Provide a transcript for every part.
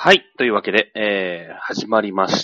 はい。というわけで、始まりました。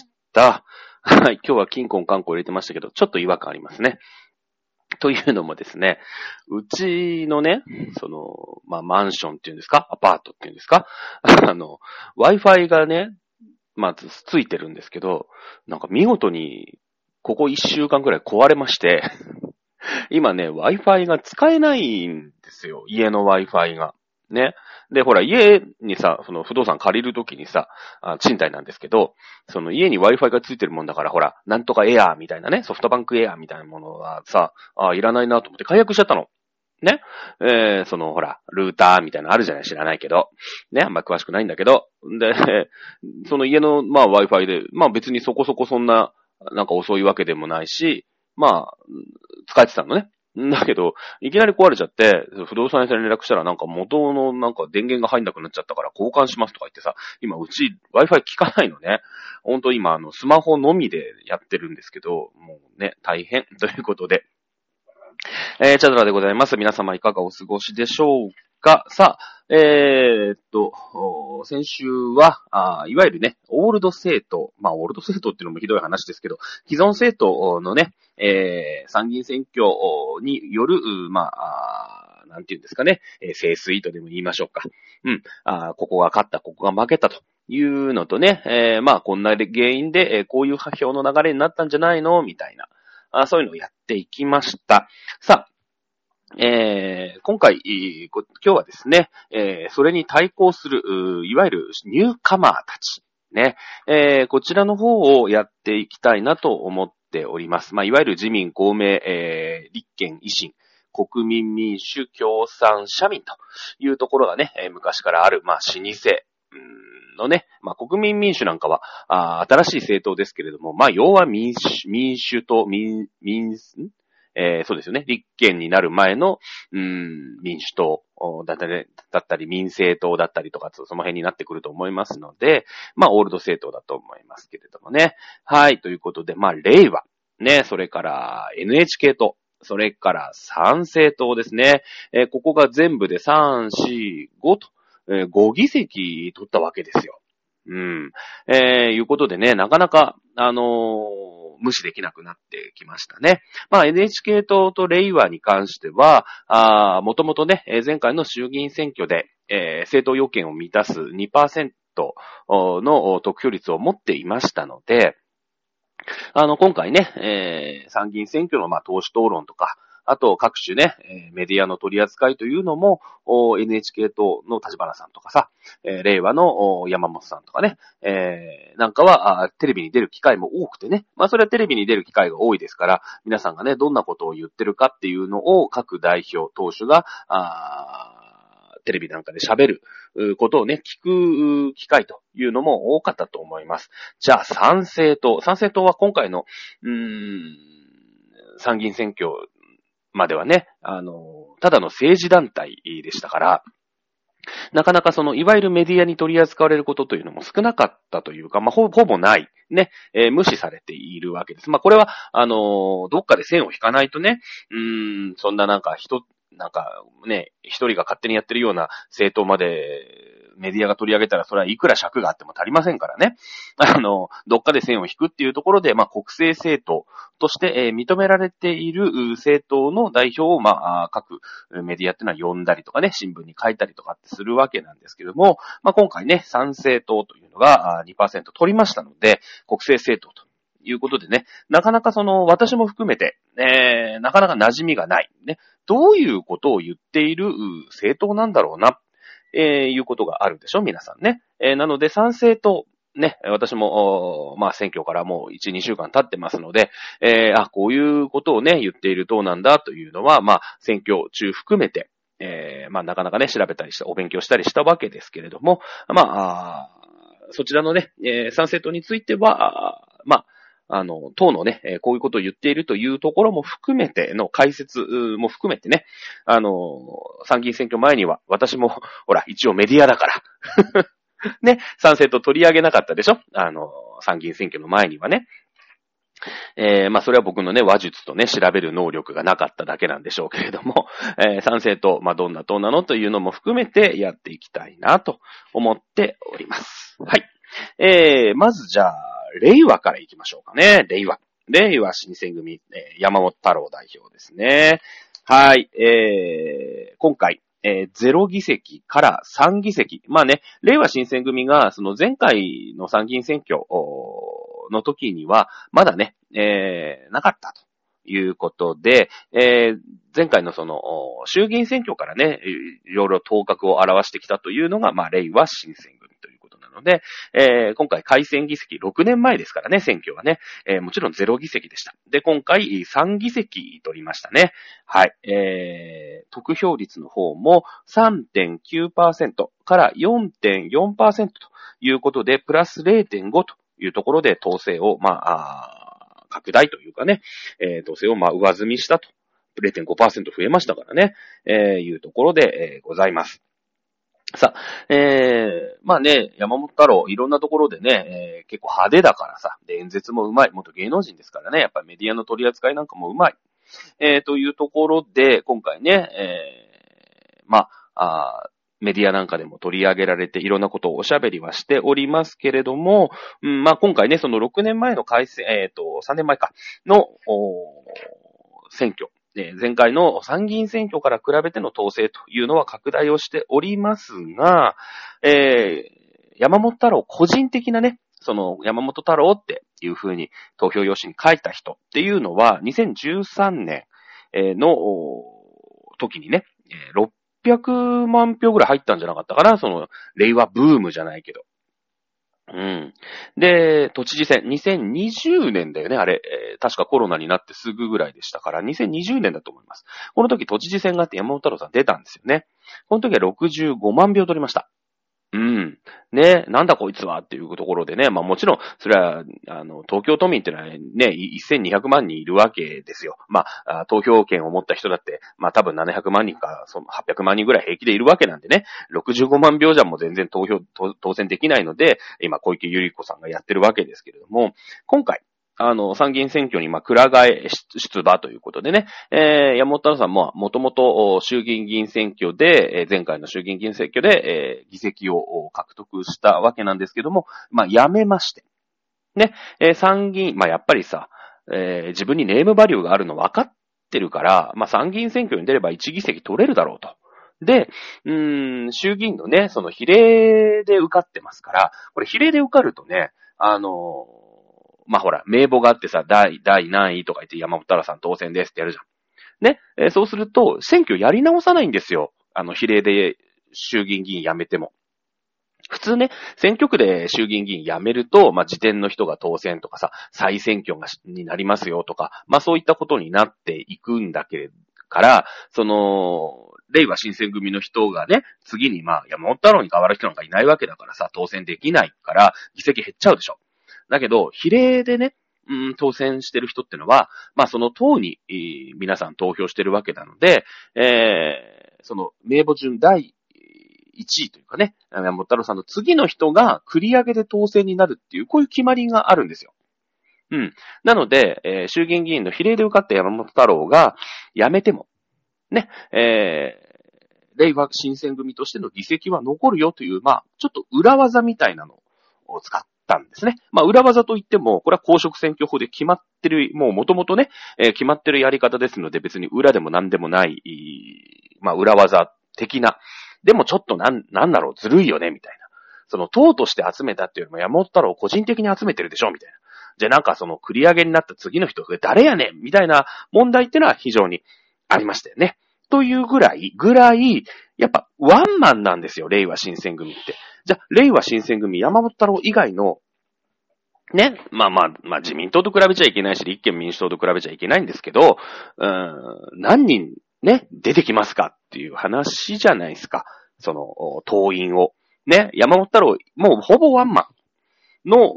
はい。今日はキンコンカンコン入れてましたけど、ちょっと違和感ありますね。というのもですね、うちのね、マンションっていうんですか、アパートっていうんですか、Wi-Fi がね、まずついてるんですけど、なんか見事に、ここ1週間くらい壊れまして、今ね、Wi-Fi が使えないんですよ。家の Wi-Fi が。ね。で、ほら、家にさ、その不動産借りるときにさ、賃貸なんですけど、その家に Wi-Fi がついてるもんだから、ほら、なんとかエアーみたいなね、ソフトバンクエアーみたいなものはさ、いらないなと思って解約しちゃったの。ね。ほら、ルーターみたいなのあるじゃない、知らないけど。ね、あんま詳しくないんだけど。で、その家の、Wi-Fi で、別にそこそこそんな、なんか遅いわけでもないし、使えてたのね。だけど、いきなり壊れちゃって、不動産屋さんに連絡したらなんか元のなんか電源が入んなくなっちゃったから交換しますとか言ってさ、今うち Wi-Fi 効かないのね。ほんと今スマホのみでやってるんですけど、もうね、大変ということで。チャドラでございます。皆様いかがお過ごしでしょうか。さあ、先週は、いわゆるね、オールド政党、オールド政党っていうのもひどい話ですけど、既存政党のね、参議院選挙による、なんていうんですかね、清水とでも言いましょうか。ここが勝った、ここが負けたというのとね、こんな原因で、こういう票の流れになったんじゃないのみたいな。そういうのをやっていきました。さあ、今回、今日はですね、それに対抗する、いわゆるニューカマーたち、ね、こちらの方をやっていきたいなと思っております。いわゆる自民、公明、立憲、維新、国民民主、共産、社民というところがね、昔からある、老舗、のね、国民民主なんかは、新しい政党ですけれども、要は民主とそうですよね。立憲になる前の、民主党だったり、民政党だったりとか、その辺になってくると思いますので、オールド政党だと思いますけれどもね。はい、ということで、令和、ね、それから NHK 党、それから参政党ですね。ここが全部で3、4、5と、5議席取ったわけですよ。いうことでね、なかなか、無視できなくなってきましたね。NHK 党と令和に関しては、もともとね、前回の衆議院選挙で、政党要件を満たす 2% の得票率を持っていましたので、今回ね、参議院選挙の党首討論とか、あと各種ね、メディアの取り扱いというのも、NHK 党の立花さんとかさ、令和の山本さんとかね、なんかはテレビに出る機会も多くてね、それはテレビに出る機会が多いですから、皆さんがね、どんなことを言ってるかっていうのを各代表、党首が、テレビなんかで喋ることをね、聞く機会というのも多かったと思います。じゃあ、参政党は今回の、参議院選挙まではね、ただの政治団体でしたから、なかなかいわゆるメディアに取り扱われることというのも少なかったというか、ほぼない、ね、無視されているわけです。これは、どっかで線を引かないとね、そんななんか一人が勝手にやってるような政党まで、メディアが取り上げたら、それはいくら尺があっても足りませんからね。どっかで線を引くっていうところで、国政政党として、認められている政党の代表を、各メディアっていうのは呼んだりとかね、新聞に書いたりとかってするわけなんですけども、今回ね、参政党というのが 2% 取りましたので、国政政党ということでね、なかなか私も含めて、なかなか馴染みがない。ね、どういうことを言っている政党なんだろうな、いうことがあるでしょ、皆さんね。なので、参政党、ね、私も、選挙からもう1、2週間経ってますので、こういうことをね、言っている党なんだというのは、選挙中含めて、なかなかね、調べたりした、お勉強したりしたわけですけれども、そちらのね、参政党については、党のね、こういうことを言っているというところも含めての解説も含めてね、参議院選挙前には私も、ほら、一応メディアだからね、参政党取り上げなかったでしょ、参議院選挙の前にはね。それは僕のね、話術とね、調べる能力がなかっただけなんでしょうけれども、参政党、どんな党なのというのも含めてやっていきたいなと思っております。 はい。まずじゃあ、令和から行きましょうかね。令和新選組、山本太郎代表ですね。はい。今回、0議席から3議席。まあね、令和新選組が、その前回の参議院選挙の時には、まだね、なかったということで、前回のその、衆議院選挙からね、いろいろ頭角を現してきたというのが、まあ、令和新選組ということなので、今回改選議席6年前ですからね、選挙はね、もちろん0議席でした。で、今回3議席取りましたね。はい。得票率の方も 3.9% から 4.4% ということで、プラス 0.5 というところで当選を、拡大というかね、当選を上積みしたと。0.5% 増えましたからね、いうところで、ございます。さあ、まあね、山本太郎、いろんなところでね、結構派手だからさ、で、演説もうまい、元芸能人ですからね、やっぱりメディアの取り扱いなんかもうまい。というところで、今回ね、メディアなんかでも取り上げられていろんなことをおしゃべりはしておりますけれども、今回ね、その6年前の改選、3年前か、の、選挙、前回の参議院選挙から比べての統制というのは拡大をしておりますが、山本太郎個人的なね、その山本太郎っていう風に投票用紙に書いた人っていうのは2013年の時にね、600万票ぐらい入ったんじゃなかったかな、その令和ブームじゃないけど。で、都知事選、2020年だよね、あれ。確かコロナになってすぐぐらいでしたから、2020年だと思います。この時都知事選があって山本太郎さん出たんですよね。この時は65万票取りました。ね、なんだこいつはっていうところでね、もちろん、それは、東京都民ってのはね、1200万人いるわけですよ。投票権を持った人だって、多分700万人か、800万人ぐらい平気でいるわけなんでね、65万票じゃもう全然当選できないので、今、小池百合子さんがやってるわけですけれども、今回、参議院選挙に、くら替え出馬ということでね、山本太郎さんも、もともと衆議院議員選挙で、前回の衆議院議員選挙で、議席を獲得したわけなんですけども、辞めまして。ね、参議院、やっぱりさ、自分にネームバリューがあるの分かってるから、参議院選挙に出れば1議席取れるだろうと。で、衆議院のね、その比例で受かってますから、これ比例で受かるとね、ほら、名簿があってさ、第何位とか言って山本太郎さん当選ですってやるじゃん。ね。そうすると、選挙やり直さないんですよ。比例で衆議院議員辞めても。普通ね、選挙区で衆議院議員辞めると、次点の人が当選とかさ、再選挙になりますよとか、そういったことになっていくんだけれど、令和新選組の人がね、次に山本太郎に代わる人なんかいないわけだからさ、当選できないから、議席減っちゃうでしょ。だけど、比例でね、当選してる人ってのは、その党に、皆さん投票してるわけなので、その名簿順第1位というかね、山本太郎さんの次の人が繰り上げで当選になるっていう、こういう決まりがあるんですよ。なので、衆議院議員の比例で受かった山本太郎が辞めても、ね、令和新選組としての議席は残るよという、ちょっと裏技みたいなのを使ったんですね。裏技といっても、これは公職選挙法で決まってる、もう元々ね、決まってるやり方ですので、別に裏でも何でもない、裏技的な。でもちょっとなんだろう、ずるいよね、みたいな。その党として集めたっていうよりも山本太郎を個人的に集めてるでしょ、みたいな。じゃあその繰り上げになった次の人が誰やねんみたいな問題ってのは非常にありましたよね。というぐらい、やっぱワンマンなんですよ、令和新選組って。じゃあ、令和新選組、山本太郎以外の、ね、自民党と比べちゃいけないし、立憲民主党と比べちゃいけないんですけど、何人ね、出てきますかっていう話じゃないですか。その、党員を。ね、山本太郎、もうほぼワンマンの、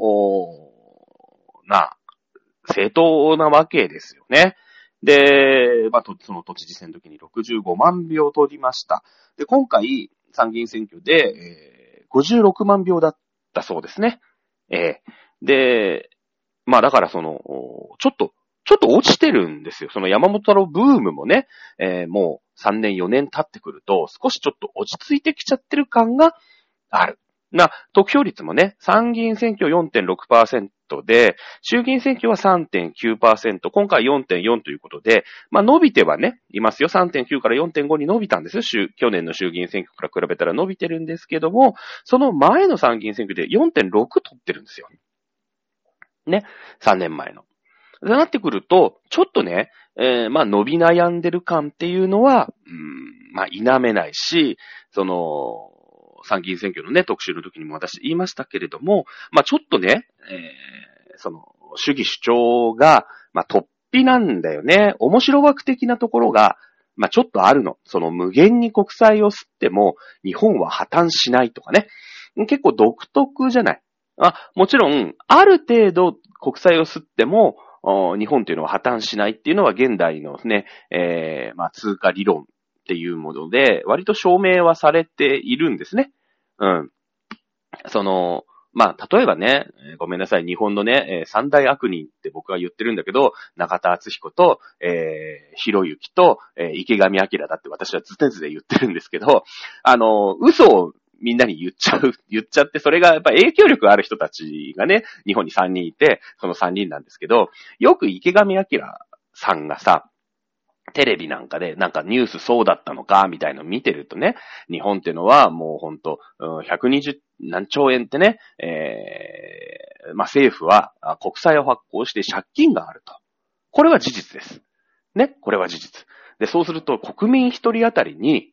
政党なわけですよね。で、その都知事選の時に65万票取りました。で、今回、参議院選挙で、56万票だったそうですね。で、だからちょっと落ちてるんですよ。その山本太郎ブームもね、もう3年4年経ってくると、少しちょっと落ち着いてきちゃってる感がある。 得票率もね、参議院選挙 4.6% で、衆議院選挙は 3.9%、今回 4.4 ということで、伸びてはね、いますよ。3.9 から 4.5 に伸びたんですよ。去年の衆議院選挙から比べたら伸びてるんですけども、その前の参議院選挙で 4.6 取ってるんですよ。ね。3年前の。そうなってくると、ちょっとね、伸び悩んでる感っていうのは、否めないし、参議院選挙のね、特集の時にも私言いましたけれども、ちょっとね、主義主張が、突飛なんだよね。面白枠的なところが、ちょっとあるの。無限に国債を吸っても、日本は破綻しないとかね。結構独特じゃない。もちろん、ある程度国債を吸っても、日本というのは破綻しないっていうのは現代のね、通貨理論っていうもので、割と証明はされているんですね。うん。例えばね、ごめんなさい、日本のね、三大悪人って僕は言ってるんだけど、中田敦彦と、ひろゆきと、池上彰だって私は常々言ってるんですけど、嘘をみんなに言っちゃって、それがやっぱ影響力ある人たちがね、日本に3人いて、その3人なんですけど、よく池上彰さんがさ、テレビなんかで、なんかニュースそうだったのか、みたいなの見てるとね、日本っていうのはもうほんと、120何兆円ってね、政府は国債を発行して借金があると。これは事実です。ね、これは事実。で、そうすると国民一人当たりに、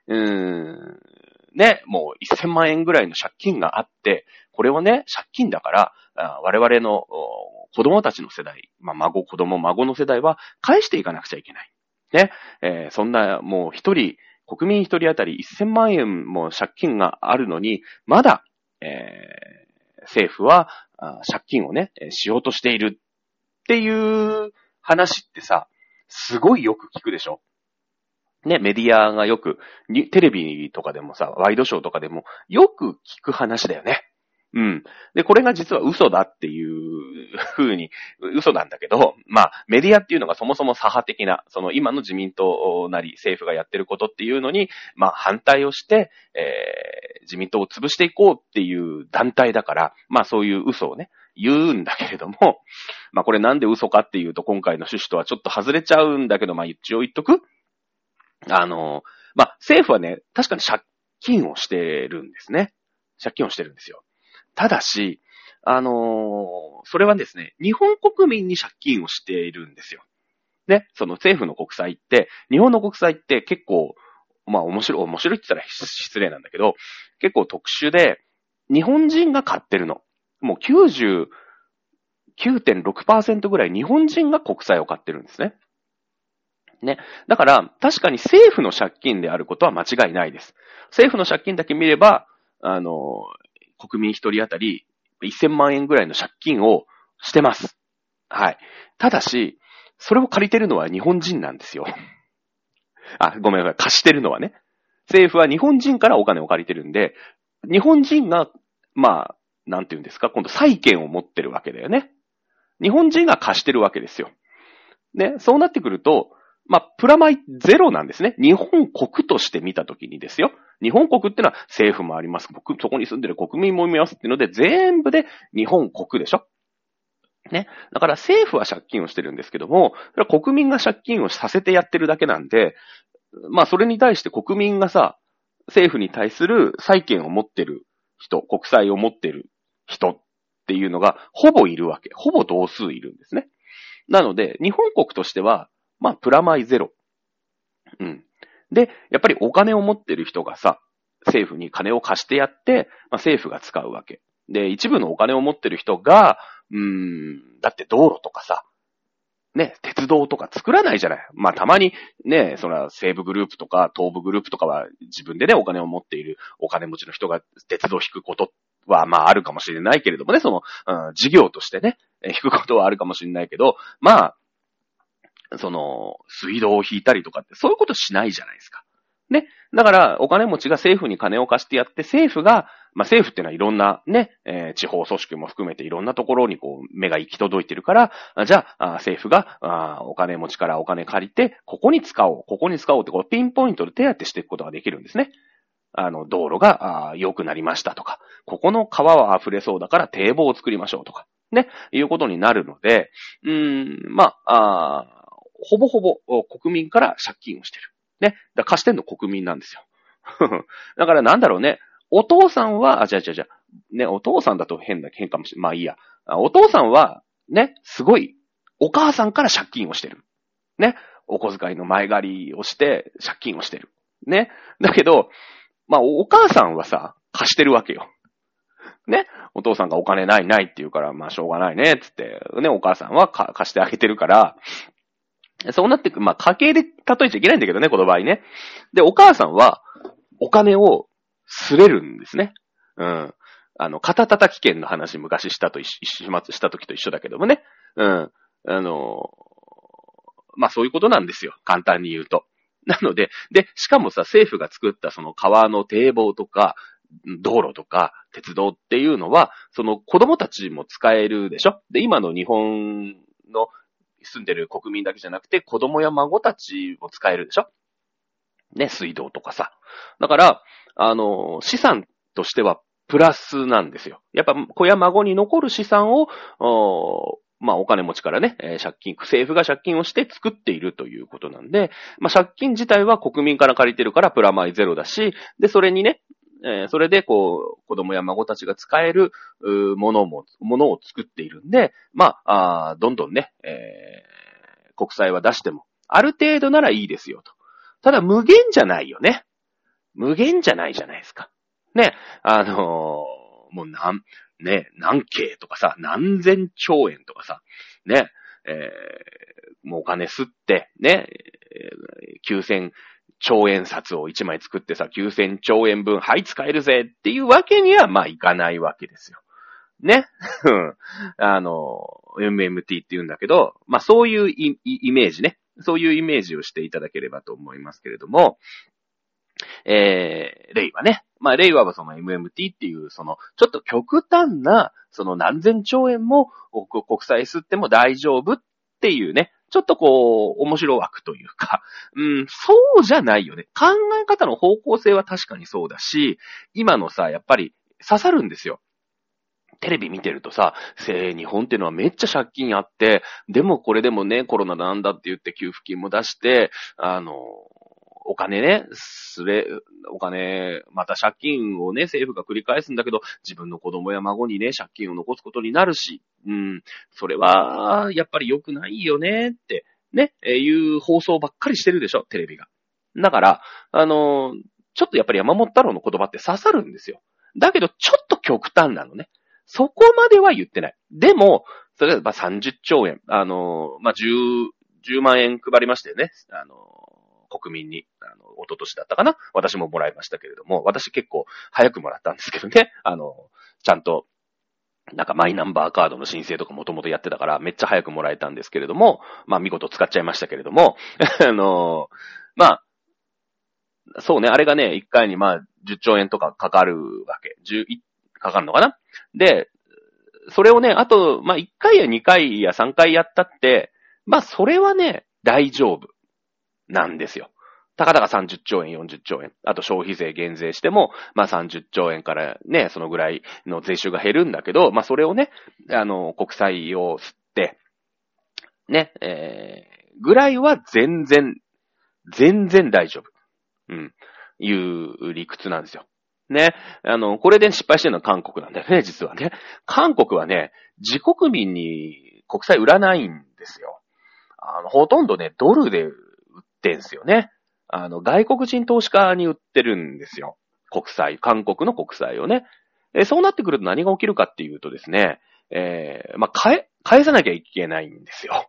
ね、もう1000万円ぐらいの借金があって、これをね、借金だから、我々の子供たちの世代、子供、孫の世代は返していかなくちゃいけない。ね、そんな、もう国民一人当たり1000万円も借金があるのに、まだ、政府は借金をね、しようとしているっていう話ってさ、すごいよく聞くでしょ。ね、メディアがよく、テレビとかでもさ、ワイドショーとかでもよく聞く話だよね。うん。で、これが実は嘘だっていう風に、嘘なんだけど、メディアっていうのがそもそも左派的な、今の自民党なり政府がやってることっていうのに、反対をして、自民党を潰していこうっていう団体だから、そういう嘘をね、言うんだけれども、これなんで嘘かっていうと、今回の趣旨とはちょっと外れちゃうんだけど、一応言っとく？政府はね、確かに借金をしてるんですね。借金をしてるんですよ。ただし、それはですね、日本国民に借金をしているんですよ。ね、その政府の国債って、日本の国債って結構、面白いって言ったら失礼なんだけど、結構特殊で、日本人が買ってるの。もう99.6% ぐらい日本人が国債を買ってるんですね。ね。だから、確かに政府の借金であることは間違いないです。政府の借金だけ見れば、国民一人当たり1000万円ぐらいの借金をしてます。はい。ただし、それを借りてるのは日本人なんですよ。ごめんなさい。貸してるのはね。政府は日本人からお金を借りてるんで、日本人が、なんていうんですか、今度債権を持ってるわけだよね。日本人が貸してるわけですよ。ね。そうなってくると、プラマイゼロなんですね。日本国として見たときにですよ。日本国ってのは政府もあります。そこに住んでる国民もいますっていうので、全部で日本国でしょ。ね。だから政府は借金をしてるんですけども、それは国民が借金をさせてやってるだけなんで、それに対して国民がさ、政府に対する債権を持ってる人、国債を持ってる人っていうのがほぼいるわけ。ほぼ同数いるんですね。なので、日本国としては、プラマイゼロ。うん。で、やっぱりお金を持ってる人がさ、政府に金を貸してやって、政府が使うわけ。で、一部のお金を持ってる人が、だって道路とかさ、ね、鉄道とか作らないじゃない。たまにね、西部グループとか東部グループとかは自分でね、お金を持っているお金持ちの人が鉄道を引くことは、あるかもしれないけれどもね、事業としてね、引くことはあるかもしれないけど、水道を引いたりとかって、そういうことしないじゃないですか。ね。だから、お金持ちが政府に金を貸してやって、政府っていうのはいろんなね、地方組織も含めていろんなところに目が行き届いてるから、じゃあ、政府が、お金持ちからお金借りて、ここに使おうってピンポイントで手当てしていくことができるんですね。 道路が良くなりましたとか、ここの川は溢れそうだから堤防を作りましょうとか、ね、いうことになるので、ほぼほぼ国民から借金をしてる。ね。だから貸してんの国民なんですよ。だからなんだろうね。お父さんは、ね、お父さんだと変かもしれない。まあいいや。お父さんは、ね、すごい、お母さんから借金をしてる。ね。お小遣いの前借りをして借金をしてる。ね。だけど、まあお母さんはさ、貸してるわけよ。ね。お父さんがお金ないって言うから、まあしょうがないね、つって、ね、お母さんは貸してあげてるから、そうなってく、まあ家計で例えちゃいけないんだけどね、この場合ね。で、お母さんは、お金をすれるんですね。うん。肩叩き券の話昔した時と一緒だけどもね。うん。まあそういうことなんですよ。簡単に言うと。なので、しかもさ、政府が作ったその川の堤防とか、道路とか、鉄道っていうのは、その子供たちも使えるでしょ？で、今の日本の住んでる国民だけじゃなくて、子供や孫たちも使えるでしょ？ね、水道とかさ。だから、資産としてはプラスなんですよ。やっぱ子や孫に残る資産を、まあお金持ちからね、政府が借金をして作っているということなんで、まあ借金自体は国民から借りてるからプラマイゼロだし、で、それにね、それで子供や孫たちが使える、ものを作っているんで、まあ、どんどんね、国債は出しても、ある程度ならいいですよと。ただ無限じゃないよね。無限じゃないじゃないですか。ね、もう何京とかさ、何千兆円とかさ、ね、もうお金吸って、ね、9000兆円札を1枚作ってさ、9000兆円分、はい、使えるぜっていうわけには、まあ、いかないわけですよ。ね。MMT って言うんだけど、まあ、そういうイメージね。そういうイメージをしていただければと思いますけれども、令和ね。まあ、令和はその MMT っていう、その、ちょっと極端な、その何千兆円も国債吸っても大丈夫っていうね、ちょっとこう、面白枠というか、そうじゃないよね。考え方の方向性は確かにそうだし、今のさ、やっぱり刺さるんですよ。テレビ見てるとさ、日本っていうのはめっちゃ借金あって、でもこれでもね、コロナなんだって言って給付金も出して、お金ね、また借金をね、政府が繰り返すんだけど、自分の子供や孫にね、借金を残すことになるし、それは、やっぱり良くないよね、って、ね、いう放送ばっかりしてるでしょ、テレビが。だから、ちょっとやっぱり山本太郎の言葉って刺さるんですよ。だけど、ちょっと極端なのね。そこまでは言ってない。でも、それは30兆円、10万円配りましたよね。国民に、一昨年だったかな？私ももらいましたけれども、私結構早くもらったんですけどね。ちゃんと、なんかマイナンバーカードの申請とかもともとやってたから、めっちゃ早くもらえたんですけれども、まあ見事使っちゃいましたけれども、まあ、そうね、あれがね、1回にまあ10兆円とかかかるわけ。かかるのかな？で、それをね、あと、まあ1回や2回や3回やったって、まあそれはね、大丈夫なんですよ。たかだか30兆円、40兆円。あと消費税減税しても、まあ30兆円からね、そのぐらいの税収が減るんだけど、まあそれをね、国債を吸って、ね、ぐらいは全然大丈夫。いう理屈なんですよ。ね。これで失敗してるのは韓国なんだよね、実はね。韓国はね、自国民に国債売らないんですよ。ほとんどね、ドルで売ってんすよね。外国人投資家に売ってるんですよ。韓国の国債をね。そうなってくると何が起きるかっていうとですね、まあ、返さなきゃいけないんですよ。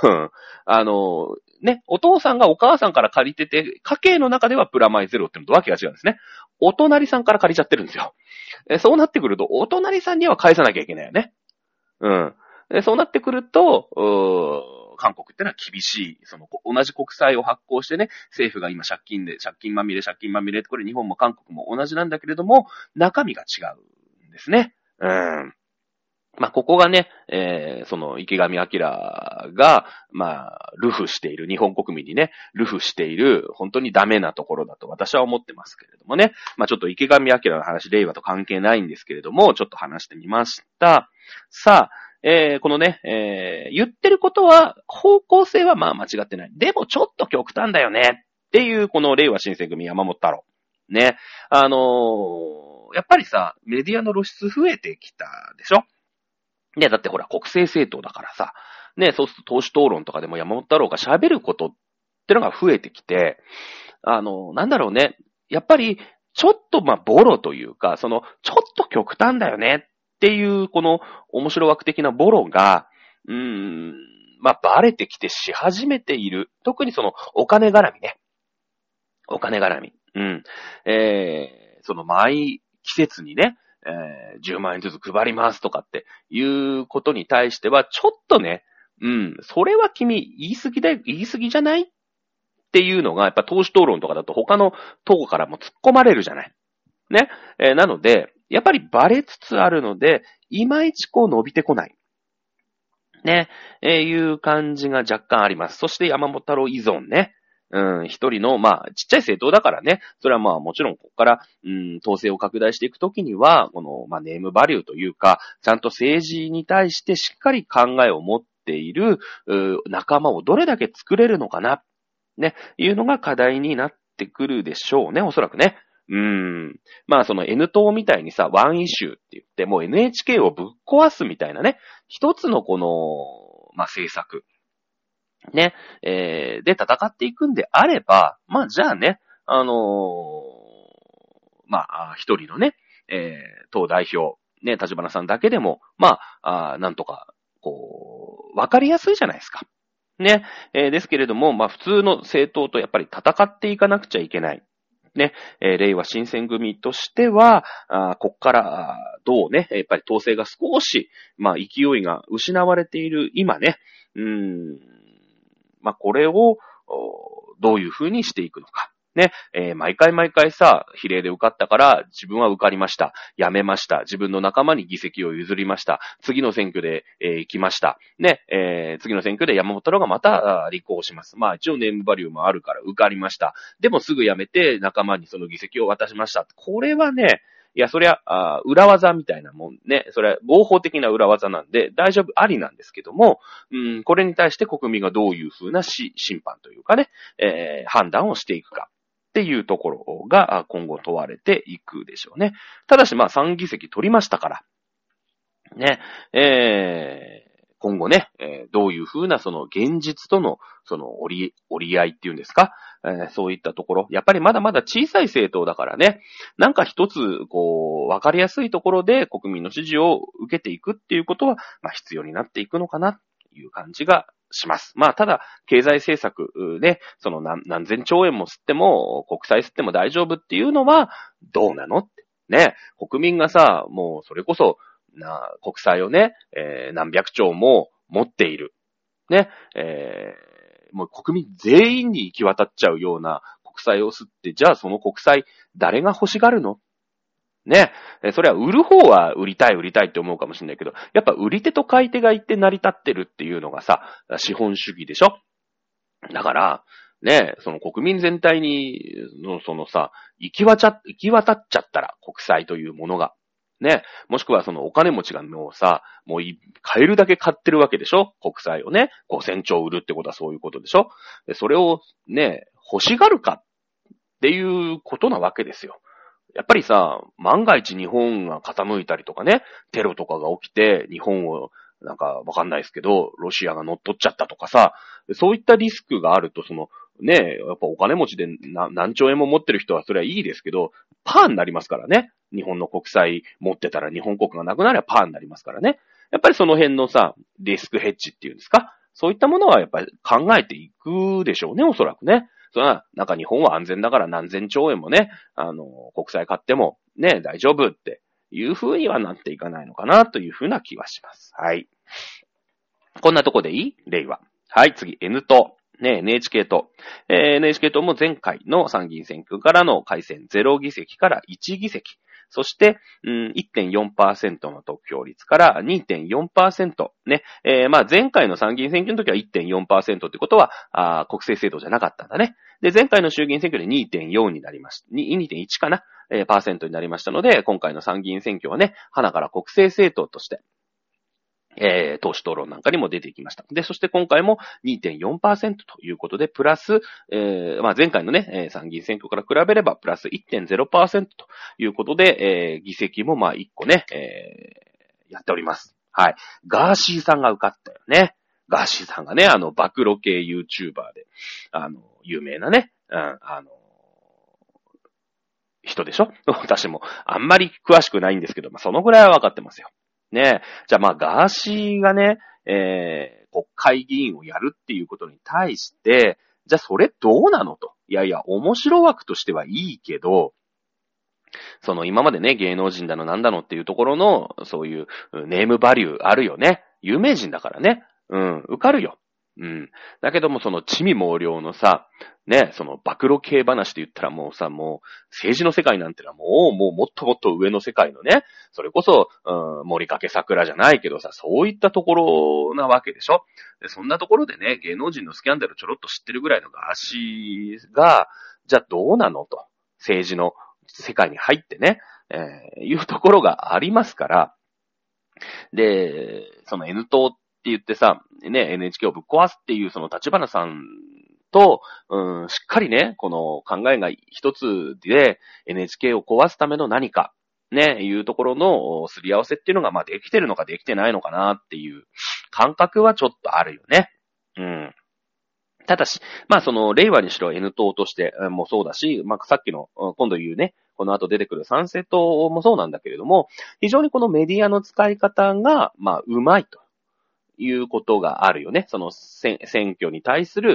ね、お父さんがお母さんから借りてて、家計の中ではプラマイゼロってのとわけが違うんですね。お隣さんから借りちゃってるんですよ。そうなってくると、お隣さんには返さなきゃいけないよね。そうなってくると、韓国ってのは厳しい。同じ国債を発行してね、政府が今借金まみれ、これ日本も韓国も同じなんだけれども、中身が違うんですね。 ここがね、その池上彰が、流布している、日本国民にね、流布している、本当にダメなところだと私は思ってますけれどもね。ちょっと池上彰の話、令和と関係ないんですけれども、ちょっと話してみました。さあ、このね、言ってることは、方向性は間違ってない。でもちょっと極端だよね。っていう、この令和新選組山本太郎。ね。やっぱりさ、メディアの露出増えてきたでしょ？ね、だってほら、国政政党だからさ、ね、そうすると党首討論とかでも山本太郎が喋ることってのが増えてきて、なんだろうね、やっぱり、ちょっとボロというか、ちょっと極端だよねっていう、この面白枠的なボロが、バレてきてし始めている。特にその、お金絡みね。お金絡み。その毎季節にね、10万円ずつ配りますとかっていうことに対しては、ちょっとね、それは君言い過ぎじゃないっていうのが、やっぱ党首討論とかだと他の党からも突っ込まれるじゃない。ね。なので、やっぱりバレつつあるので、いまいちこう伸びてこない。ね。いう感じが若干あります。そして山本太郎依存ね。一人の、ちっちゃい政党だからね、それはもちろん、ここから、統制を拡大していくときには、この、ネームバリューというか、ちゃんと政治に対してしっかり考えを持っている、仲間をどれだけ作れるのかな、ね、いうのが課題になってくるでしょうね、おそらくね。その N 党みたいにさ、ワンイシューって言って、もう NHK をぶっ壊すみたいなね、一つのこの、政策。ね、で戦っていくんであれば、じゃあね、一人のね、党代表、ね、立花さんだけでも、なんとか、わかりやすいじゃないですか。ね、ですけれども、普通の政党とやっぱり戦っていかなくちゃいけない。ね、令和新選組としては、こっから、どうね、やっぱり統制が少し、勢いが失われている今ね、これを、どういう風にしていくのか。ね、毎回さ、比例で受かったから、自分は受かりました。辞めました。自分の仲間に議席を譲りました。次の選挙で、行きました。ね、次の選挙で山本太郎がまた立候補します。一応ネームバリューもあるから受かりました。でもすぐ辞めて仲間にその議席を渡しました。これはね、いや、そりゃ、裏技みたいなもんね。それは合法的な裏技なんで、大丈夫ありなんですけども、これに対して国民がどういうふうな審判というかね、判断をしていくかっていうところが今後問われていくでしょうね。ただし、3議席取りましたから、ね、今後ね、どういうふうなその現実とのその折り合いっていうんですか、そういったところ、やっぱりまだまだ小さい政党だからね、なんか一つ、わかりやすいところで国民の支持を受けていくっていうことは、必要になっていくのかな、という感じがします。ただ、経済政策ね、その何千兆円も吸っても、国債吸っても大丈夫っていうのは、どうなのってね、国民がさ、もうそれこそ、国債をね、何百兆も持っている。ね、もう国民全員に行き渡っちゃうような国債を吸って、じゃあその国債誰が欲しがるのね、それは売る方は売りたいって思うかもしれないけど、やっぱ売り手と買い手がいて成り立ってるっていうのがさ、資本主義でしょ？だから、ね、その国民全体に、そのさ、行き渡っちゃったら、国債というものが。ね。もしくはそのお金持ちがもうさ、もう買えるだけ買ってるわけでしょ？国債をね。5000兆売るってことはそういうことでしょ？で、それをね、欲しがるかっていうことなわけですよ。やっぱりさ、万が一日本が傾いたりとかね、テロとかが起きて、日本をなんかわかんないですけど、ロシアが乗っ取っちゃったとかさ、そういったリスクがあると、その、ね、やっぱお金持ちで何兆円も持ってる人はそれはいいですけど、パーになりますからね。日本の国債持ってたら日本国がなくなればパーになりますからね。やっぱりその辺のさ、リスクヘッジっていうんですか？そういったものはやっぱり考えていくでしょうね、おそらくね。なんか日本は安全だから何千兆円もね、国債買ってもね、大丈夫っていう風にはなっていかないのかなという風な気はします。はい。こんなとこでいい？令和。はい、次、N 党。ね、NHK 党。NHK 党も前回の参議院選挙からの改選0議席から1議席。 そして、1.4% の得票率から 2.4% ね。まあ前回の参議院選挙の時は 1.4% ってことは、国政政党じゃなかったんだね。で、前回の衆議院選挙で 2.4 になりました。2.1 かな、パーセントになりましたので、今回の参議院選挙はね、花から国政政党として、党首討論なんかにも出てきました。で、そして今回も 2.4% ということで、プラス、まあ前回のね、参議院選挙から比べれば、プラス 1.0% ということで、議席もまあ1個ね、やっております。はい。ガーシーさんが受かったよね。ガーシーさんがね、暴露系 YouTuber で、有名なね、人でしょ私もあんまり詳しくないんですけど、まあそのぐらいは分かってますよ。ねえ。じゃあまあガーシーがね、国会議員をやるっていうことに対して、じゃあそれどうなのと。いやいや、面白枠としてはいいけど、その今までね、芸能人だのなんだのっていうところの、そういうネームバリューあるよね。有名人だからね。うん、受かるよ。うん。だけどもその地味猛量のさ、ね、その暴露系話で言ったらもうさ、もう政治の世界なんてのはもっともっと上の世界のね、それこそ、森かけ桜じゃないけどさ、そういったところなわけでしょ。でそんなところでね、芸能人のスキャンダルちょろっと知ってるぐらいのガーシーが、じゃあどうなのと。政治の世界に入ってね、いうところがありますから、で、その N 党って言ってさ、ね、NHK をぶっ壊すっていうその立花さんと、しっかりね、この考えが一つで NHK を壊すための何か、ね、いうところのすり合わせっていうのが、まあ、できてるのかできてないのかなっていう感覚はちょっとあるよね。うん。ただし、まあその、令和にしろ N 党としてもそうだし、まあさっきの、今度言うね、この後出てくる参政党もそうなんだけれども、非常にこのメディアの使い方が、まあ、うまいということがあるよね。その選挙に対する、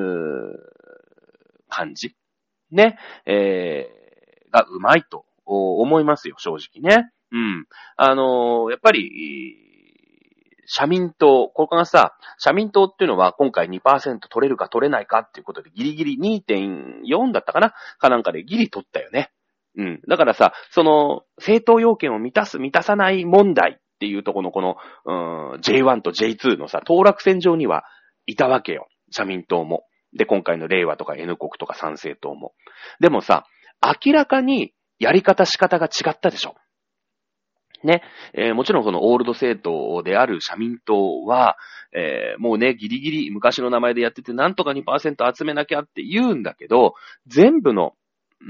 感じ。ね、がうまいと思いますよ、正直ね。うん。やっぱり、社民党、ここがさ、社民党っていうのは今回 2% 取れるか取れないかっていうことでギリギリ 2.4 だったかなかなんかでギリ取ったよね。うん。だからさ、その、政党要件を満たす、満たさない問題っていうところのこの、J1 と J2 のさ、当落線上にはいたわけよ。社民党も。で、今回の令和とか N 国とか参政党も。でもさ、明らかにやり方仕方が違ったでしょ。ね、もちろんそのオールド政党である社民党は、もうね、ギリギリ昔の名前でやっててなんとか 2% 集めなきゃって言うんだけど、全部の、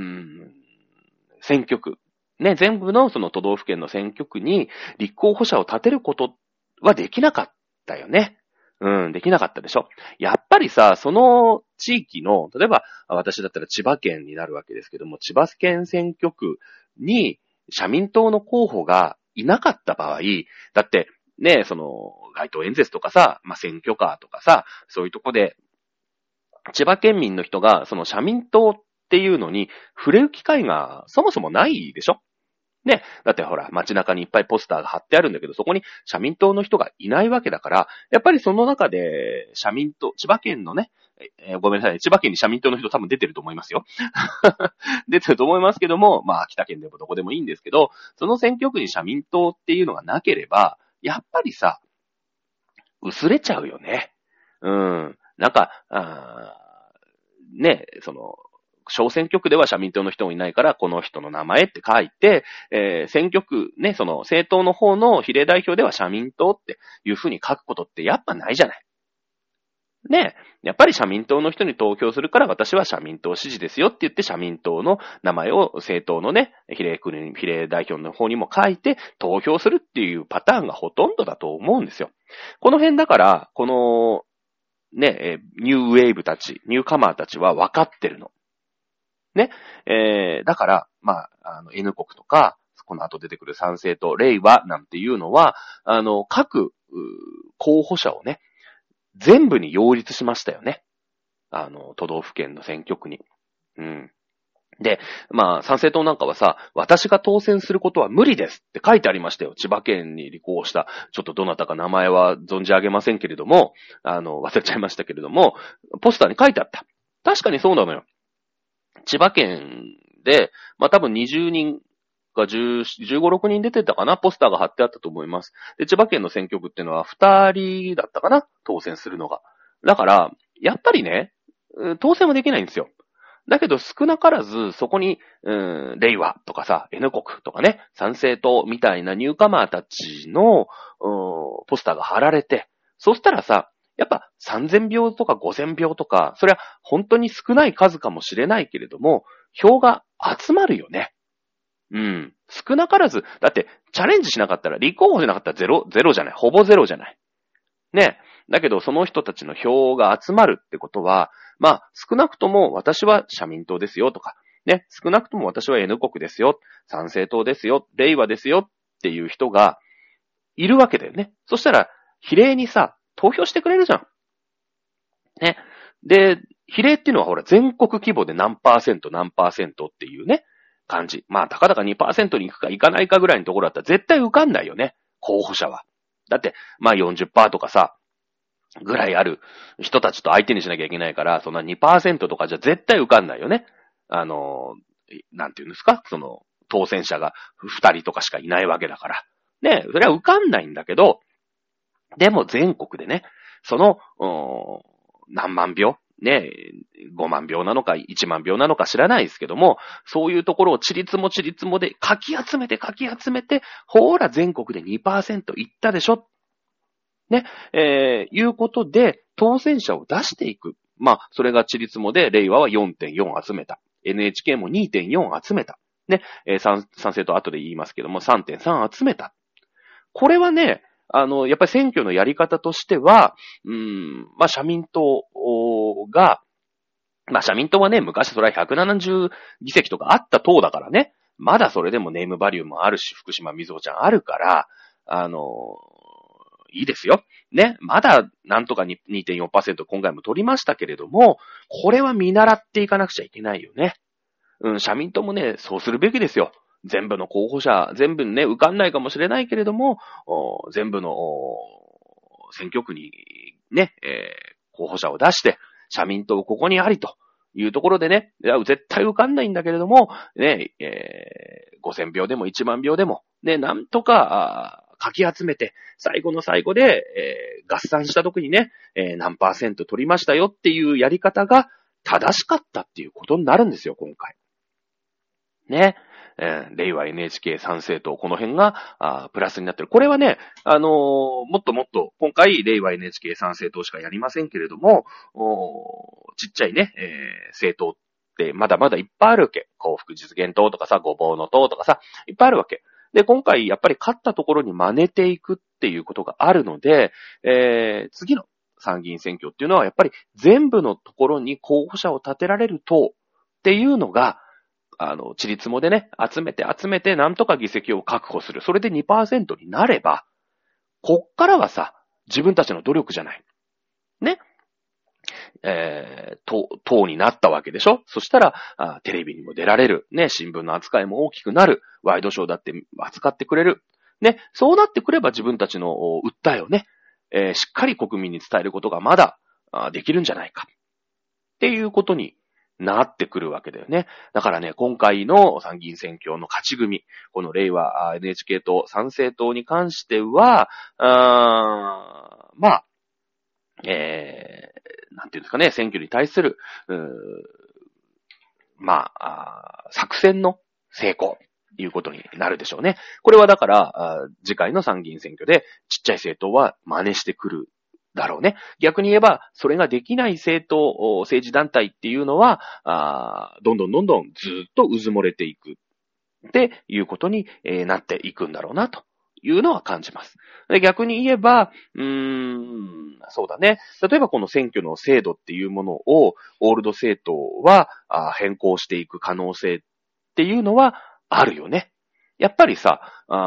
選挙区、ね、全部のその都道府県の選挙区に立候補者を立てることはできなかったよね。うん、できなかったでしょ。やっぱりさ、その地域の、例えば私だったら千葉県になるわけですけども、千葉県選挙区に社民党の候補がいなかった場合、だってね、その街頭演説とかさ、まあ、選挙カーとかさ、そういうとこで千葉県民の人がその社民党っていうのに触れる機会がそもそもないでしょ。ね。だってほら、街中にいっぱいポスターが貼ってあるんだけど、そこに社民党の人がいないわけだから、やっぱりその中で社民党、千葉県のね、ごめんなさい、千葉県に社民党の人多分出てると思いますよ。出てると思いますけども、まあ、秋田県でもどこでもいいんですけど、その選挙区に社民党っていうのがなければ、やっぱりさ、薄れちゃうよね。うん。なんか、ね、その、小選挙区では社民党の人もいないから、この人の名前って書いて、選挙区、ね、その政党の方の比例代表では社民党っていう風に書くことってやっぱないじゃない。ね、やっぱり社民党の人に投票するから私は社民党支持ですよって言って社民党の名前を政党のね、比例代表の方にも書いて投票するっていうパターンがほとんどだと思うんですよ。この辺だから、この、ね、ニューウェーブたち、ニューカマーたちは分かってるの。ね。だから、まあ、N 国とか、この後出てくる参政党、令和なんていうのは、各候補者をね、全部に擁立しましたよね。都道府県の選挙区に。うん。で、まあ、参政党なんかはさ、私が当選することは無理ですって書いてありましたよ。千葉県に立候補した、ちょっとどなたか名前は存じ上げませんけれども、忘れちゃいましたけれども、ポスターに書いてあった。確かにそうなのよ。千葉県で、まあ多分20人か15、6人出てたかな、ポスターが貼ってあったと思います。で、千葉県の選挙区っていうのは2人だったかな、当選するのが。だから、やっぱりね、当選はできないんですよ。だけど少なからずそこに、令和とかさ、N 国とかね、参政党みたいなニューカマーたちの、ポスターが貼られて、そしたらさ、やっぱ3000票とか5000票とか、それは本当に少ない数かもしれないけれども、票が集まるよね。少なからず、だってチャレンジしなかったら、立候補しなかったらゼロじゃない。ほぼゼロじゃない。ね。だけどその人たちの票が集まるってことは、まあ少なくとも私は社民党ですよとか、ね。少なくとも私は N 国ですよ。参政党ですよ。令和ですよっていう人がいるわけだよね。そしたら、比例にさ、投票してくれるじゃん。ね。で、比例っていうのはほら、全国規模で何パーセントっていうね、感じ。まあ、たかだか 2% に行くか行かないかぐらいのところだったら絶対受かんないよね。候補者は。だって、まあ 40% とかさ、ぐらいある人たちと相手にしなきゃいけないから、そんな 2% とかじゃ絶対受かんないよね。なんていうんですか、当選者が2人とかしかいないわけだから。ね、それは受かんないんだけど、でも全国でね、何万票ね、5万票なのか1万票なのか知らないですけども、そういうところをちりつもでかき集めて、ほーら全国で 2% いったでしょ。ね、いうことで、当選者を出していく。まあ、それがちりつもで、令和は 4.4 集めた。NHK も 2.4 集めた。ね、賛成と後で言いますけども、3.3 集めた。これはね、やっぱり選挙のやり方としては、まあ、社民党が、まあ、社民党はね、昔それは170議席とかあった党だからね、まだそれでもネームバリューもあるし、福島みずほちゃんあるから、いいですよ。ね。まだ、なんとか 2.4% 今回も取りましたけれども、これは見習っていかなくちゃいけないよね。社民党もね、そうするべきですよ。全部の候補者、全部ね、受かんないかもしれないけれども、全部の選挙区にね、候補者を出して、社民党ここにありというところでね、絶対受かんないんだけれども、ね、5000票でも1万票でも、ね、なんとか、かき集めて、最後の最後で、合算した時にね、何%取りましたよっていうやり方が正しかったっていうことになるんですよ、今回。ね。令和 NHK 参政党、この辺がプラスになってる。これはね、もっともっと、今回、令和 NHK 参政党しかやりませんけれども、ちっちゃいね、政党ってまだまだいっぱいあるわけ。幸福実現党とかさ、ごぼうの党とかさ、いっぱいあるわけ。で、今回、やっぱり勝ったところに真似ていくっていうことがあるので、次の参議院選挙っていうのは、やっぱり全部のところに候補者を立てられる党っていうのが、ちりつもでね、集めて、なんとか議席を確保する。それで 2% になれば、こっからはさ、自分たちの努力じゃない。ね。党になったわけでしょ。そしたらテレビにも出られる。ね。新聞の扱いも大きくなる。ワイドショーだって扱ってくれる。ね。そうなってくれば自分たちの訴えをね、しっかり国民に伝えることがまだできるんじゃないか。っていうことになってくるわけだよね。だからね、今回の参議院選挙の勝ち組、この令和 NHK 党、参政党に関しては、まあ、なんていうんですかね、選挙に対する、作戦の成功ということになるでしょうね。これはだから、次回の参議院選挙でちっちゃい政党は真似してくるだろうね。逆に言えば、それができない政治団体っていうのは、どんどんずっと渦漏れていくっていうことになっていくんだろうなというのは感じます。で、逆に言えば、そうだね。例えばこの選挙の制度っていうものを、オールド政党は変更していく可能性っていうのはあるよね。やっぱりさ、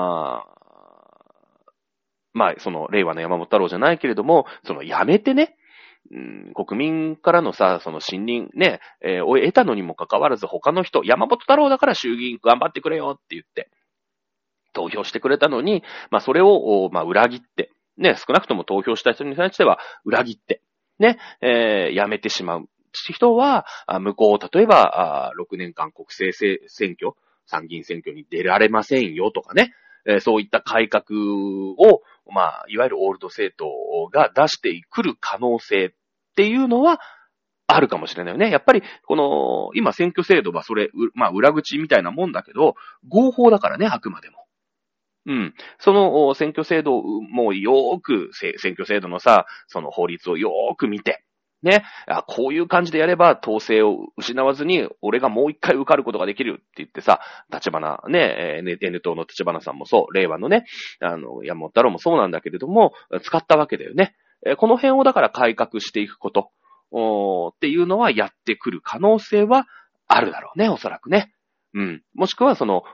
その、令和の山本太郎じゃないけれども、やめてね、国民からのさ、その信任ね、を得たのにもかかわらず他の人、山本太郎だから衆議院頑張ってくれよって言って、投票してくれたのに、それを、裏切って、ね、少なくとも投票した人に対しては裏切って、ね、やめてしまう人は、向こう、例えば、6年間国政選挙参議院選挙に出られませんよとかね、そういった改革を、まあ、いわゆるオールド政党が出してくる可能性っていうのはあるかもしれないよね。やっぱり、この、今選挙制度はそれ、まあ、裏口みたいなもんだけど、合法だからね、あくまでも。うん。その選挙制度もよーく、選挙制度のさ、その法律をよーく見て、ね、こういう感じでやれば統制を失わずに、俺がもう一回受かることができるって言ってさ、立花ね、N 党の立花さんもそう、令和のね、山本太郎もそうなんだけれども、使ったわけだよね。この辺をだから改革していくこと、っていうのはやってくる可能性はあるだろうね、おそらくね。うん。もしくはその、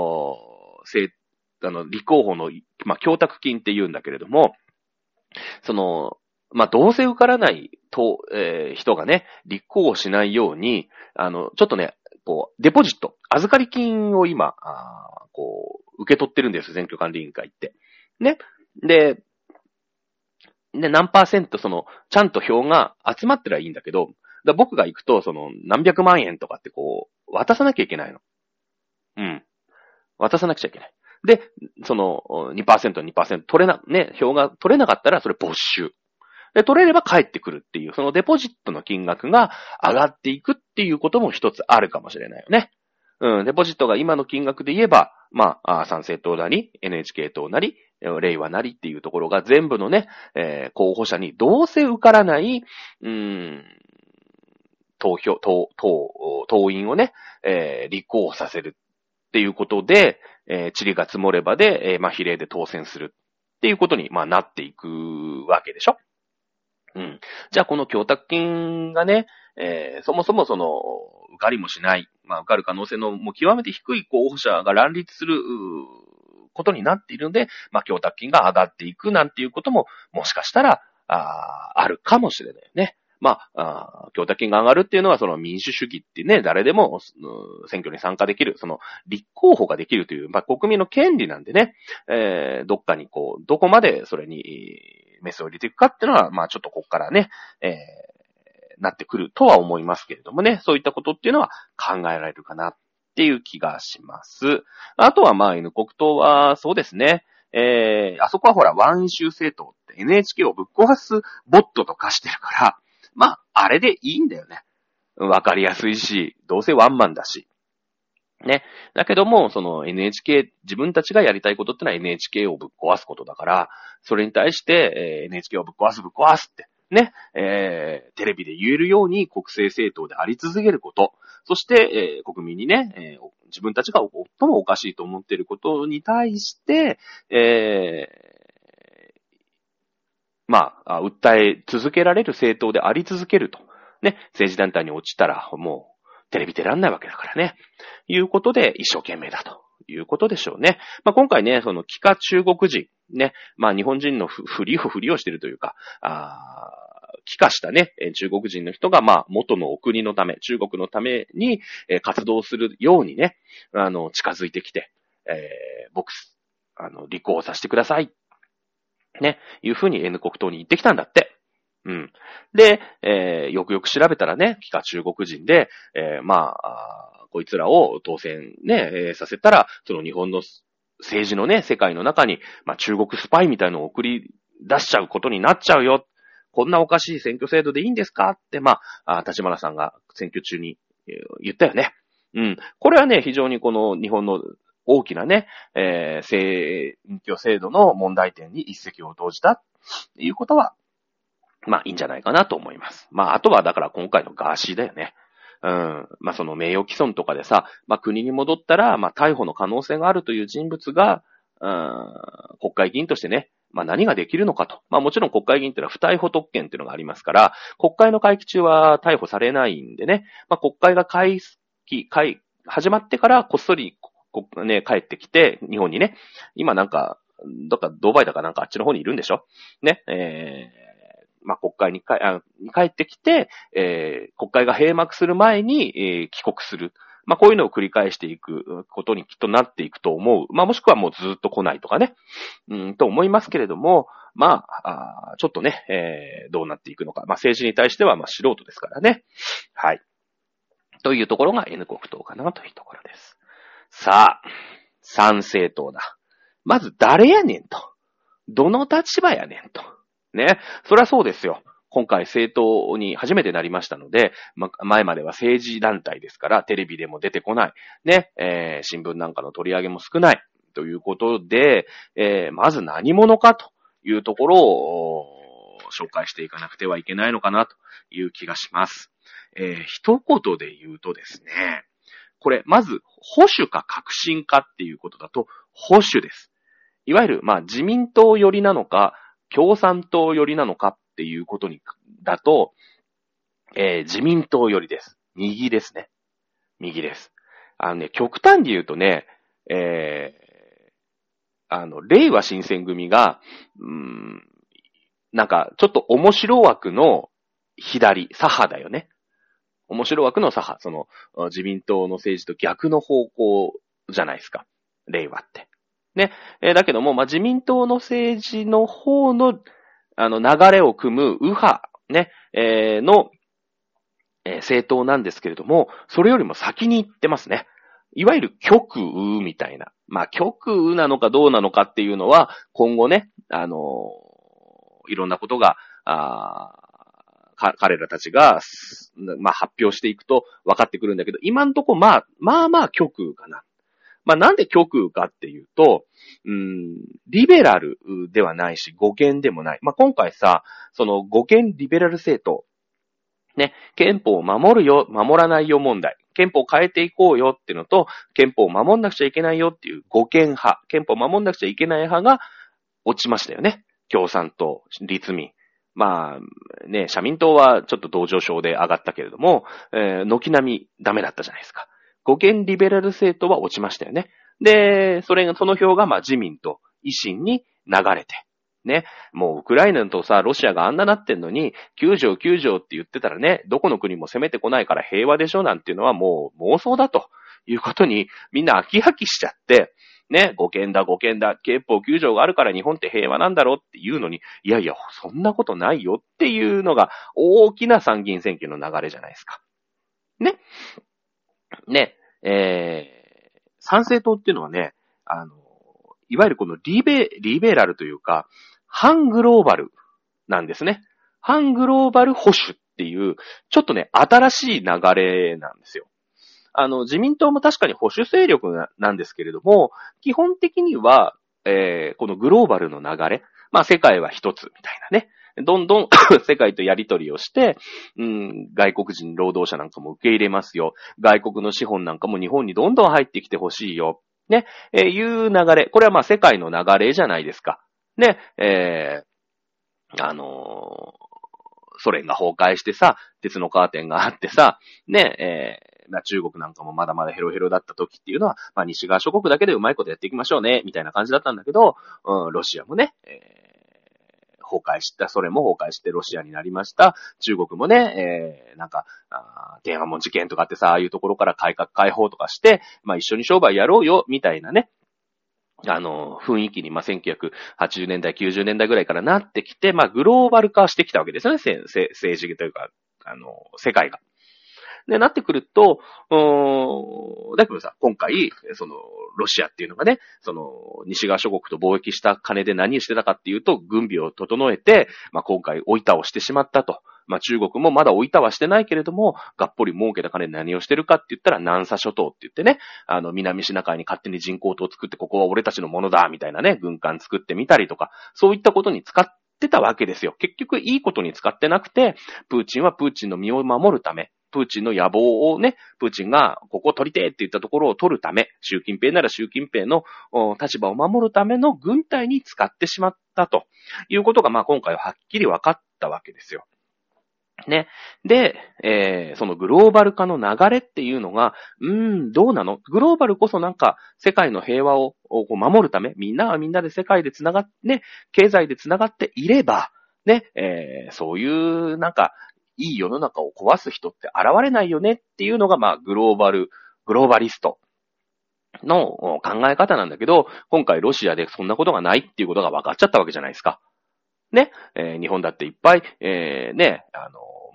立候補の、まあ、供託金って言うんだけれども、その、まあ、どうせ受からないと、人がね、立候補しないように、ちょっとね、こう、デポジット、預かり金を今、こう、受け取ってるんですよ、選挙管理委員会って。ね。で、何%ちゃんと票が集まってりゃいいんだけど、僕が行くと、何百万円とかってこう、渡さなきゃいけないの。うん。渡さなくちゃいけない。で、2%、票が取れなかったらそれ没収。で、取れれば帰ってくるっていう、そのデポジットの金額が上がっていくっていうことも一つあるかもしれないよね。うん、デポジットが今の金額で言えば、まあ、参政党なり、NHK 党なり、令和なりっていうところが全部のね、候補者にどうせ受からない、党員をね、立候補させるっていうことで、塵が積もればで、まあ、比例で当選するっていうことに、まあ、なっていくわけでしょ。うん。じゃあ、この供託金がね、そもそも受かりもしない、まあ、受かる可能性のもう極めて低い候補者が乱立する、ことになっているので、まあ、供託金が上がっていくなんていうことも、もしかしたら、あるかもしれないよね。まあ、供託金が上がるっていうのは、その民主主義ってね、誰でも、選挙に参加できる、立候補ができるという、まあ、国民の権利なんでね、どっかにこう、どこまでそれに、メスを入れていくかっていうのは、まあ、ちょっとここからね、なってくるとは思いますけれどもね、そういったことっていうのは考えられるかなっていう気がします。あとはまあ、N 国党は、そうですね、あそこはほら、ワンイシュー政党って NHK をぶっ壊すボットと化してるから、まあ、あれでいいんだよね。わかりやすいし、どうせワンマンだし。ね。だけども、NHK、自分たちがやりたいことってのは NHK をぶっ壊すことだから、それに対して、NHK をぶっ壊すって、ね、テレビで言えるように国政政党であり続けること、そして、国民にね、自分たちが最もおかしいと思っていることに対して、まあ、訴え続けられる政党であり続けると。ね、政治団体に落ちたら、もう、テレビ出らんないわけだからね。いうことで、一生懸命だということでしょうね。まあ、今回ね、帰化中国人、ね、まあ、日本人のふりをしているというか、帰化したね、中国人の人が、まあ、元のお国のため、中国のために、活動するようにね、近づいてきて、僕、立候補させてください。ね、いうふうに N 国党に言ってきたんだって。うん。で、よくよく調べたらね、帰化中国人で、まあ、こいつらを当選ね、させたら、日本の政治のね、世界の中に、まあ中国スパイみたいのを送り出しちゃうことになっちゃうよ。こんなおかしい選挙制度でいいんですかって、まあ、立花さんが選挙中に言ったよね。うん。これはね、非常にこの日本の大きなね、選挙制度の問題点に一石を投じたっていうことは、まあいいんじゃないかなと思います。まああとはだから今回のガーシーだよね。うん。まあ名誉毀損とかでさ、まあ国に戻ったら、まあ逮捕の可能性があるという人物が、国会議員としてね、まあ何ができるのかと。まあもちろん国会議員っていうのは不逮捕特権っていうのがありますから、国会の会期中は逮捕されないんでね、まあ国会が始まってからこっそりね、帰ってきて、日本にね、今なんか、どっかドバイだかなんかあっちの方にいるんでしょね、まあ、国会に帰ってきて、国会が閉幕する前に、帰国する。まあ、こういうのを繰り返していくことにきっとなっていくと思う。まあ、もしくはもうずっと来ないとかね。と思いますけれども、まあ、ちょっとね、どうなっていくのか。まあ、政治に対しては、まあ、素人ですからね。はい。というところが N 国党かなというところです。 さあ、参政党だ。まず誰やねんと。どの立場やねんと。ね。そりゃそうですよ。今回政党に初めてなりましたので、前までは政治団体ですから、テレビでも出てこない。ね。新聞なんかの取り上げも少ない。ということで、まず何者かというところを紹介していかなくてはいけないのかなという気がします。一言で言うとですね、これ、まず、保守か革新かっていうことだと、保守です。いわゆる、自民党寄りなのか、共産党寄りなのかっていうことだと、自民党寄りです。右ですね。右です。極端に言うとね、令和新選組が、なんか、ちょっと面白枠の左派だよね。面白枠の左派。自民党の政治と逆の方向じゃないですか。令和って。ね。だけども、自民党の政治の方の、流れを組む右派、ね、の、政党なんですけれども、それよりも先に行ってますね。いわゆる極右みたいな。極右なのかどうなのかっていうのは、今後ね、いろんなことが、彼らたちが、発表していくと分かってくるんだけど、今んとこ極右かな。なんで極右かっていうと、リベラルではないし、護憲でもない。今回さ、その護憲リベラル政党、ね、憲法を守るよ、守らないよ問題。憲法を変えていこうよっていうのと、憲法を守んなくちゃいけないよっていう護憲派。憲法を守んなくちゃいけない派が落ちましたよね。共産党、立民。社民党はちょっと同情票で上がったけれども、軒並みダメだったじゃないですか。護憲リベラル政党は落ちましたよね。で、その票が自民と維新に流れて。ね。もうウクライナとさ、ロシアがあんななってんのに、9条って言ってたらね、どこの国も攻めてこないから平和でしょなんていうのはもう妄想だということにみんな飽き飽きしちゃって、ね、護憲だ、憲法9条があるから日本って平和なんだろうっていうのに、いやいや、そんなことないよっていうのが大きな参議院選挙の流れじゃないですか。ね。ね、参政党っていうのはね、いわゆるこのリベラルというか、反グローバルなんですね。反グローバル保守っていう、ちょっとね、新しい流れなんですよ。自民党も確かに保守勢力なんですけれども、基本的には、このグローバルの流れ、世界は一つみたいなね。どんどん世界とやり取りをして、外国人労働者なんかも受け入れますよ。外国の資本なんかも日本にどんどん入ってきてほしいよ。ね、いう流れ。これは世界の流れじゃないですか。ね、ソ連が崩壊してさ、鉄のカーテンがあってさ、ね、中国なんかもまだまだヘロヘロだった時っていうのは、西側諸国だけでうまいことやっていきましょうね、みたいな感じだったんだけど、ロシアもね、ソ連も崩壊してロシアになりました。中国もね、天安門事件とかってさ、ああいうところから改革開放とかして、一緒に商売やろうよ、みたいなね、雰囲気に、1980年代、90年代ぐらいからなってきて、グローバル化してきたわけですよね、政治というか、世界が。で、なってくると、だけどさ、今回、ロシアっていうのがね、西側諸国と貿易した金で何をしてたかっていうと、軍備を整えて、今回、追い倒してしまったと。中国もまだ追い倒してないけれども、がっぽり儲けた金で何をしてるかって言ったら、南沙諸島って言ってね、南シナ海に勝手に人工島を作って、ここは俺たちのものだ、みたいなね、軍艦作ってみたりとか、そういったことに使ってたわけですよ。結局、いいことに使ってなくて、プーチンはプーチンの身を守るため、プーチンの野望をね、プーチンがここを取りてって言ったところを取るため、習近平なら習近平の立場を守るための軍隊に使ってしまったということが、今回ははっきり分かったわけですよ。ね。で、そのグローバル化の流れっていうのが、どうなの？グローバルこそ世界の平和を守るため、みんながみんなで世界で繋がって、ね、経済で繋がっていれば、ね、そういういい世の中を壊す人って現れないよねっていうのが、グローバリストの考え方なんだけど、今回ロシアでそんなことがないっていうことが分かっちゃったわけじゃないですか。ね、日本だっていっぱい、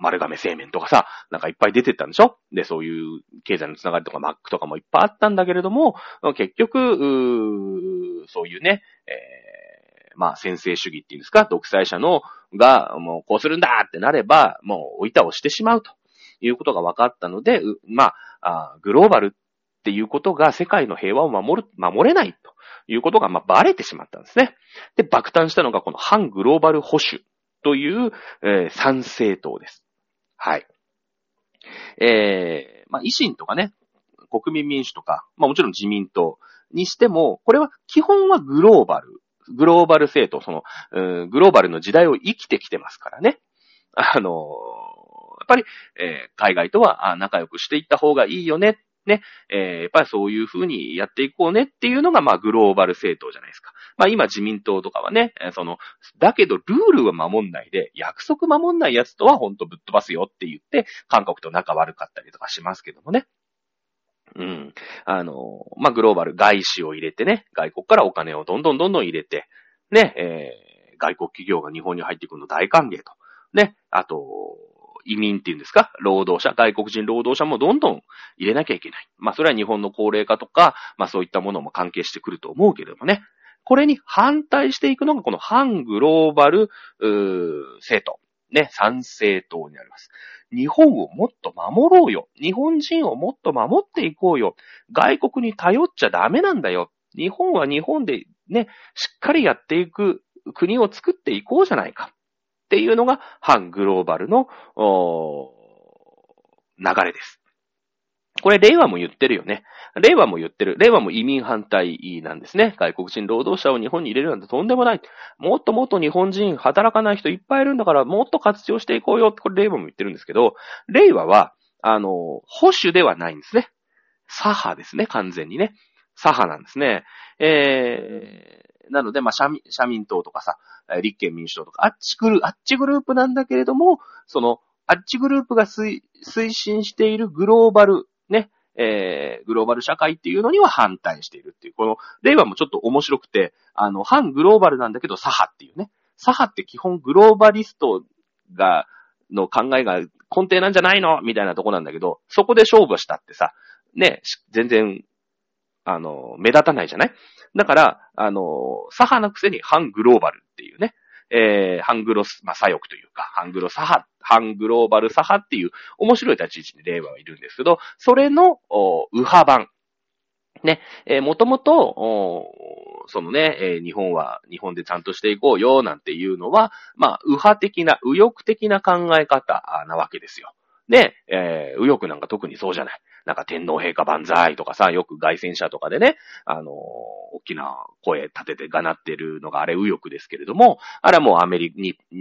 丸亀製麺とかさ、なんかいっぱい出てったんでしょ？で、そういう経済のつながりとかマックとかもいっぱいあったんだけれども、結局、そういうね、専制主義っていうんですか、独裁者が、もうこうするんだってなれば、もう板をしてしまうということが分かったので、グローバルっていうことが世界の平和を守れないということが、バレてしまったんですね。で、爆誕したのがこの反グローバル保守という、参政党です。はい。維新とかね、国民民主とか、もちろん自民党にしても、これは基本はグローバル政党、グローバルの時代を生きてきてますからね。やっぱり、海外とは仲良くしていった方がいいよね。ね。やっぱりそういう風にやっていこうねっていうのが、グローバル政党じゃないですか。今自民党とかはね、だけどルールは守んないで、約束守んないやつとはほんとぶっ飛ばすよって言って、韓国と仲悪かったりとかしますけどもね。うん。グローバル、外資を入れてね、外国からお金をどんどん入れて、ね、外国企業が日本に入ってくるの大歓迎と。ね、あと、移民っていうんですか、外国人労働者もどんどん入れなきゃいけない。それは日本の高齢化とか、そういったものも関係してくると思うけれどもね。これに反対していくのがこの反グローバル、政党。ね、参政党になります。日本をもっと守ろうよ。日本人をもっと守っていこうよ。外国に頼っちゃダメなんだよ。日本は日本でね、しっかりやっていく国を作っていこうじゃないか。っていうのが反グローバルの流れです。これ、令和も言ってるよね。令和も移民反対なんですね。外国人労働者を日本に入れるなんてとんでもない。もっともっと日本人働かない人いっぱいいるんだから、もっと活用していこうよって、これ令和も言ってるんですけど、令和は、保守ではないんですね。左派ですね、完全にね。左派なんですね。なので、社民党とかさ、立憲民主党とか、あっちグループなんだけれども、あっちグループが推進しているグローバル、ね、グローバル社会っていうのには反対しているっていう、この、令和もちょっと面白くて、反グローバルなんだけど左派っていうね。左派って基本グローバリストの考えが根底なんじゃないのみたいなとこなんだけど、そこで勝負したってさ、ね、全然、目立たないじゃない？だから、左派のくせに反グローバルっていうね、反グロ、左翼というか、反グローバル左派っていう面白い立ち位置に令和はいるんですけど、それの、右派版。ね、もともと、日本でちゃんとしていこうよ、なんていうのは、右翼的な考え方なわけですよ。で、右翼なんか特にそうじゃない。なんか天皇陛下万歳とかさ、よく凱旋者とかでね、大きな声立ててがなってるのがあれ右翼ですけれども、あれはもうアメリ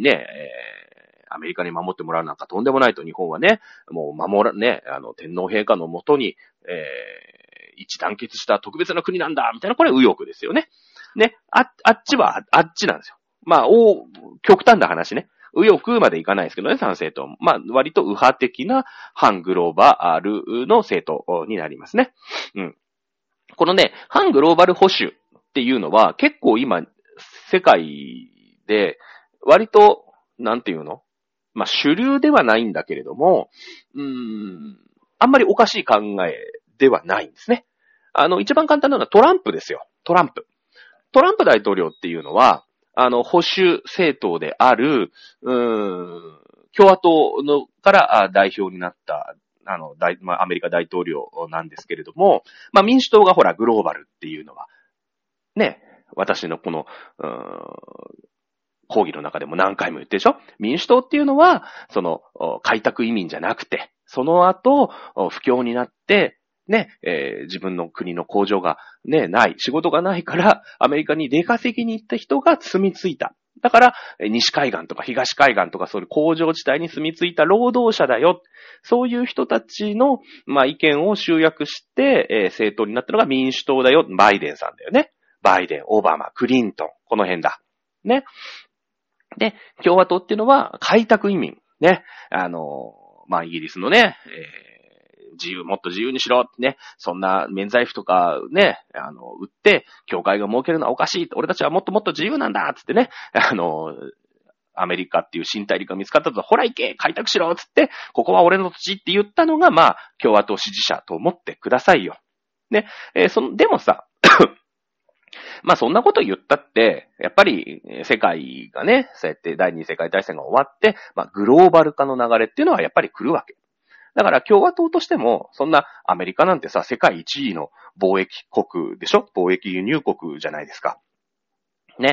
カに守ってもらうなんかとんでもないと日本はね、もう天皇陛下のもとに、一致団結した特別な国なんだみたいな、これ右翼ですよね。ね、あっちなんですよ。極端な話ね。右翼までいかないですけどね、参政党。割と右派的な反グローバルの政党になりますね。うん。このね、反グローバル保守っていうのは結構今、世界で割と、なんていうの？主流ではないんだけれども、あんまりおかしい考えではないんですね。一番簡単なのはトランプですよ。トランプ大統領っていうのは、保守政党である、共和党から代表になった、アメリカ大統領なんですけれども、民主党がほら、グローバルっていうのは、ね、私のこの、講義の中でも何回も言ってるでしょ？民主党っていうのは、開拓移民じゃなくて、その後、不況になって、ね、自分の国の工場がね、仕事がないから、アメリカに出稼ぎに行った人が住み着いた。だから、西海岸とか東海岸とかそういう工場地帯に住み着いた労働者だよ。そういう人たちの、意見を集約して、政党になったのが民主党だよ。バイデンさんだよね。バイデン、オバマ、クリントン。この辺だ。ね。で、共和党っていうのは開拓移民。ね。イギリスのね、もっと自由にしろってね、そんな免罪符とかね、売って、教会が儲けるのはおかしい。俺たちはもっともっと自由なんだつってね、 アメリカっていう新大陸が見つかったと、ほら行け開拓しろつって、ここは俺の土地って言ったのが、まあ、共和党支持者と思ってくださいよ。ね。でもさ、まあそんなこと言ったって、やっぱり世界がね、そうやって第二次世界大戦が終わって、まあグローバル化の流れっていうのはやっぱり来るわけ。だから共和党としても、そんなアメリカなんてさ、世界一位の貿易国でしょ？貿易輸入国じゃないですか。ね。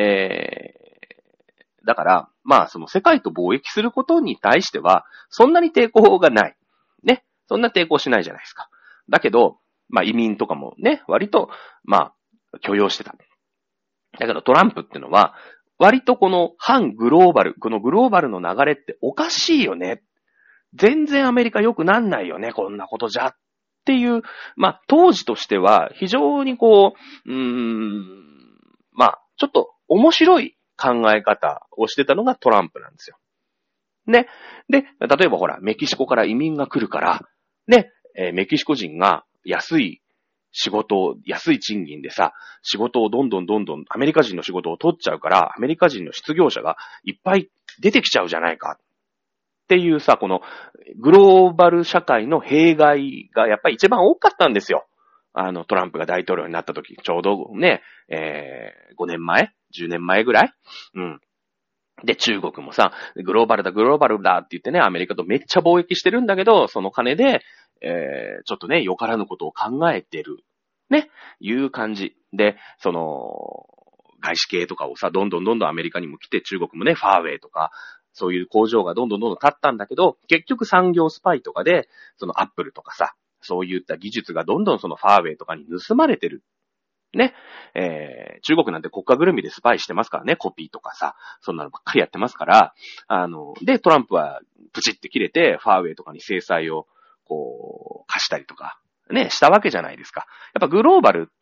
だから、まあその世界と貿易することに対しては、そんなに抵抗がない。ね。そんな抵抗しないじゃないですか。だけど、まあ移民とかもね、割と、まあ、許容してた。だけどトランプっていうのは、割とこの反グローバル、このグローバルの流れっておかしいよね。全然アメリカ良くなんないよね、こんなことじゃ。っていう、まあ、当時としては非常にこう、まあ、ちょっと面白い考え方をしてたのがトランプなんですよ。ね。で、例えばほら、メキシコから移民が来るから、ね、メキシコ人が安い仕事を、安い賃金でさ、仕事をどんどんアメリカ人の仕事を取っちゃうから、アメリカ人の失業者がいっぱい出てきちゃうじゃないか。っていうさ、このグローバル社会の弊害がやっぱり一番多かったんですよ。トランプが大統領になった時、ちょうどね、5年前 ?10 年前ぐらいうん。で、中国もさ、グローバルだって言ってね、アメリカとめっちゃ貿易してるんだけど、その金で、ちょっとね、よからぬことを考えてる。ね、いう感じ。で、外資系とかをさ、どんどんアメリカにも来て、中国もね、ファーウェイとか、そういう工場がどんどん立ったんだけど、結局産業スパイとかで、アップルとかさ、そういった技術がどんどんファーウェイとかに盗まれてる。ね。中国なんて国家ぐるみでスパイしてますからね、コピーとかさ、そんなのばっかりやってますから、で、トランプはプチって切れて、ファーウェイとかに制裁を、こう、課したりとか、ね、したわけじゃないですか。やっぱグローバルって、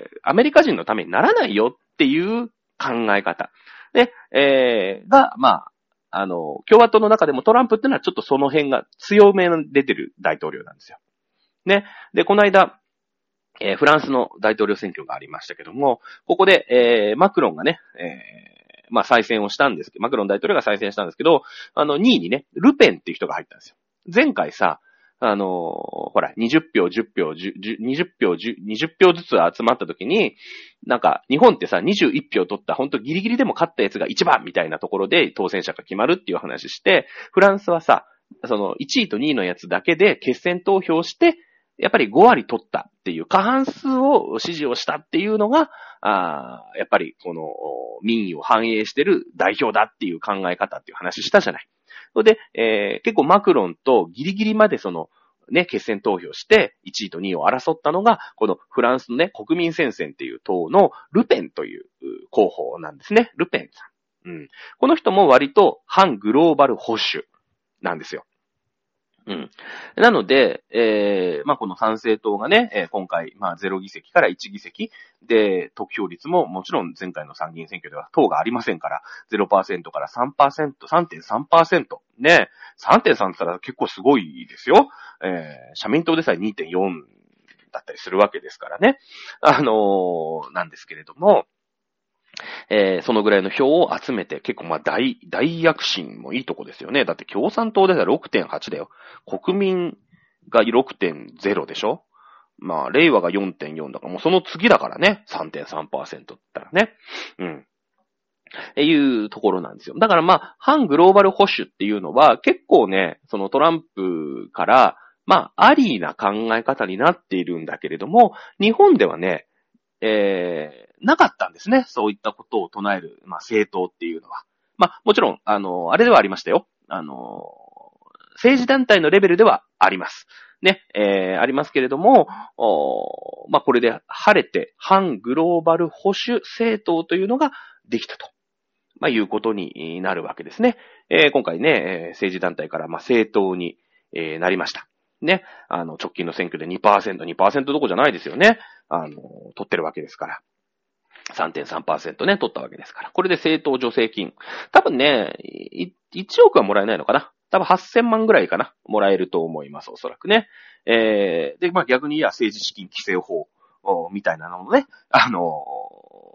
アメリカ人のためにならないよっていう考え方。で、まあ、共和党の中でもトランプってのはちょっとその辺が強めに出てる大統領なんですよ。ね。で、この間、フランスの大統領選挙がありましたけども、ここで、マクロンがね、まあ再選をしたんですけど、マクロン大統領が再選したんですけど、2位にね、ルペンっていう人が入ったんですよ。前回さ、ほら、20票、10票、20票、20票ずつ集まった時に、なんか、日本ってさ、21票取った、ほんとギリギリでも勝ったやつが一番みたいなところで当選者が決まるっていう話して、フランスはさ、1位と2位のやつだけで決選投票して、やっぱり5割取ったっていう過半数を支持をしたっていうのが、やっぱりこの民意を反映してる代表だっていう考え方っていう話したじゃない。それで、結構マクロンとギリギリまで決選投票して1位と2位を争ったのが、このフランスのね、国民戦線っていう党のルペンという候補なんですね。ルペンさん。うん。この人も割と反グローバル保守なんですよ。うん。なので、まあ、この参政党がね、今回、まあ、0議席から1議席で、得票率ももちろん前回の参議院選挙では党がありませんから、0% から 3%、3.3%。ね、3.3 って言ったら結構すごいですよ。社民党でさえ 2.4 だったりするわけですからね。なんですけれども、そのぐらいの票を集めて、結構まあ大躍進もいいとこですよね。だって共産党では 6.8 だよ。国民が 6.0 でしょ。まあ、令和が 4.4 だから、もうその次だからね。3.3% って言ったらね。うん。いうところなんですよ。だからまあ、反グローバル保守っていうのは、結構ね、そのトランプから、まあ、ありな考え方になっているんだけれども、日本ではね、なかったんですね。そういったことを唱える、まあ、政党っていうのは。まあ、もちろん、あれではありましたよ。政治団体のレベルではあります。ね、ありますけれども、まあ、これで晴れて、反グローバル保守政党というのができたと。まあ、いうことになるわけですね。今回ね、政治団体から、まあ、政党に、なりました。ね、直近の選挙で 2% どころじゃないですよね。取ってるわけですから。3.3% ね、取ったわけですから。これで政党助成金。多分ね、1億はもらえないのかな。多分8000万ぐらいかな。もらえると思います、おそらくね。で、まあ逆に政治資金規正法みたいなのもね、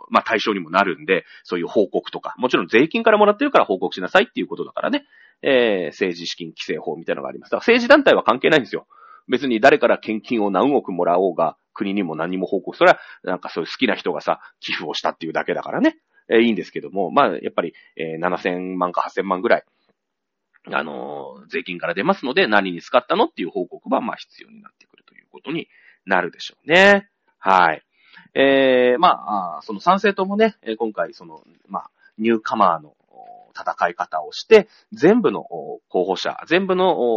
対象にもなるんで、そういう報告とか、もちろん税金からもらってるから報告しなさいっていうことだからね、政治資金規正法みたいなのがあります。だから政治団体は関係ないんですよ。別に誰から献金を何億もらおうが、国にも何にも報告、それはなんかそういう好きな人がさ、寄付をしたっていうだけだからね、いいんですけども、やっぱり、7000万か8000万ぐらい、税金から出ますので、何に使ったのっていう報告は、必要になってくるということになるでしょうね。はい。その参政党もね、今回ニューカマーの戦い方をして、全部の候補者、全部の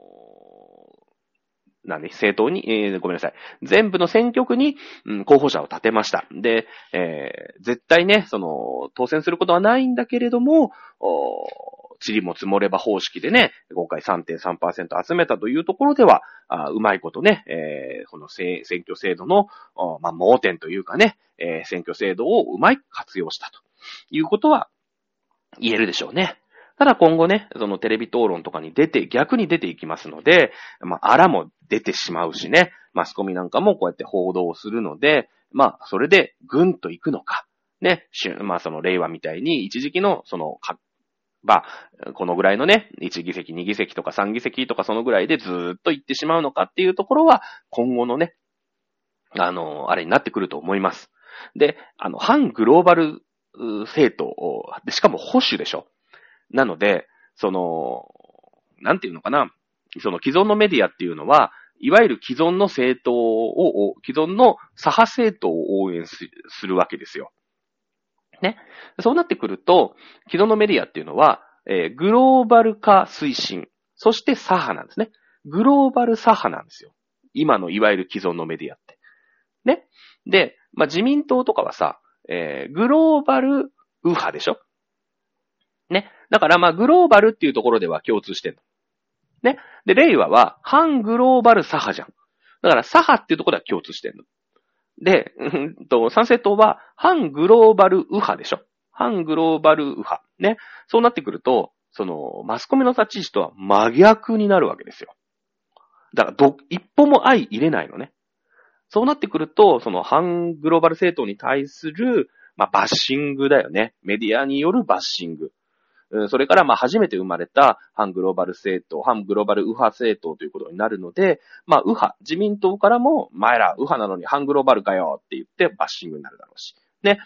政党に、ごめんなさい。全部の選挙区に、候補者を立てました。で、絶対ね、当選することはないんだけれども、塵も積もれば方式でね、今回 3.3% 集めたというところでは、うまいことね、この選挙制度の、盲点というかね、選挙制度をうまい活用したということは言えるでしょうね。ただ今後ね、そのテレビ討論とかに逆に出ていきますので、あらも出てしまうしね、マスコミなんかもこうやって報道をするので、それでぐんと行くのか、ね、その令和みたいに一時期のこのぐらいのね、1議席、2議席とか3議席とかそのぐらいでずーっと行ってしまうのかっていうところは、今後のね、あれになってくると思います。で、反グローバル政党で、しかも保守でしょ。なので、なんていうのかな、その既存のメディアっていうのは、いわゆる既存の政党既存の左派政党を応援するわけですよ。ね。そうなってくると、既存のメディアっていうのは、グローバル化推進、そして左派なんですね。グローバル左派なんですよ。今のいわゆる既存のメディアって。ね。で、自民党とかはさ、グローバル右派でしょ。ね。だからグローバルっていうところでは共通してるの。ね。で、令和は反グローバル左派じゃん。だから左派っていうところでは共通してるの。で、参政党は反グローバル右派でしょ。反グローバル右派。ね。そうなってくると、マスコミの立ち位置とは真逆になるわけですよ。だから一歩も相入れないのね。そうなってくると、反グローバル政党に対する、バッシングだよね。メディアによるバッシング。それから初めて生まれた反グローバル政党、反グローバル右派政党ということになるので、右派、自民党からも、前ら右派なのに反グローバルかよって言ってバッシングになるだろうし。ね。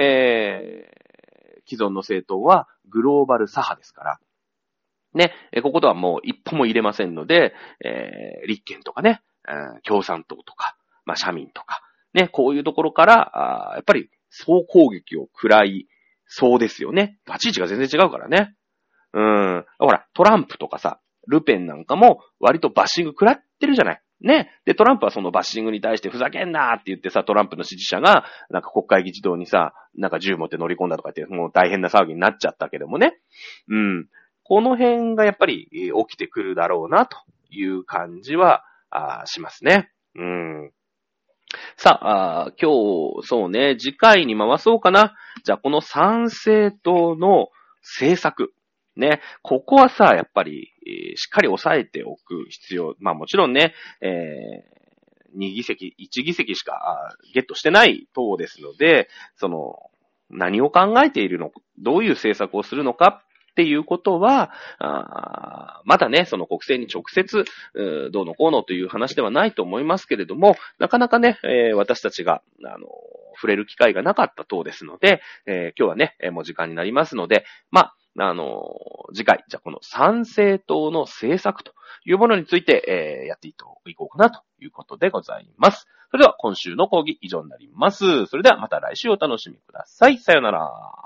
既存の政党はグローバル左派ですから。ね。こことはもう一歩も入れませんので、立憲とかね、共産党とか、社民とか、ね。こういうところから、やっぱり総攻撃を食らい、そうですよね。立ち位置が全然違うからね。ほら、トランプとかさ、ルペンなんかも割とバッシング食らってるじゃない。ね。で、トランプはそのバッシングに対してふざけんなーって言ってさ、トランプの支持者が、なんか国会議事堂にさ、なんか銃持って乗り込んだとか言って、もう大変な騒ぎになっちゃったけどもね。この辺がやっぱり起きてくるだろうな、という感じは、しますね。さあ、今日、そうね、次回に回そうかな。じゃあ、この参政党の政策。ね、ここはさ、やっぱり、しっかり押さえておく必要。もちろんね、2議席、1議席しかゲットしてない党ですので、何を考えているのか、どういう政策をするのかっていうことは、まだね、その国政に直接、どうのこうのという話ではないと思いますけれども、なかなかね、私たちが、触れる機会がなかった党ですので、今日はね、もう時間になりますので、次回、じゃあこの参政党の政策というものについて、やっていこうかなということでございます。それでは今週の講義以上になります。それではまた来週お楽しみください。さよなら。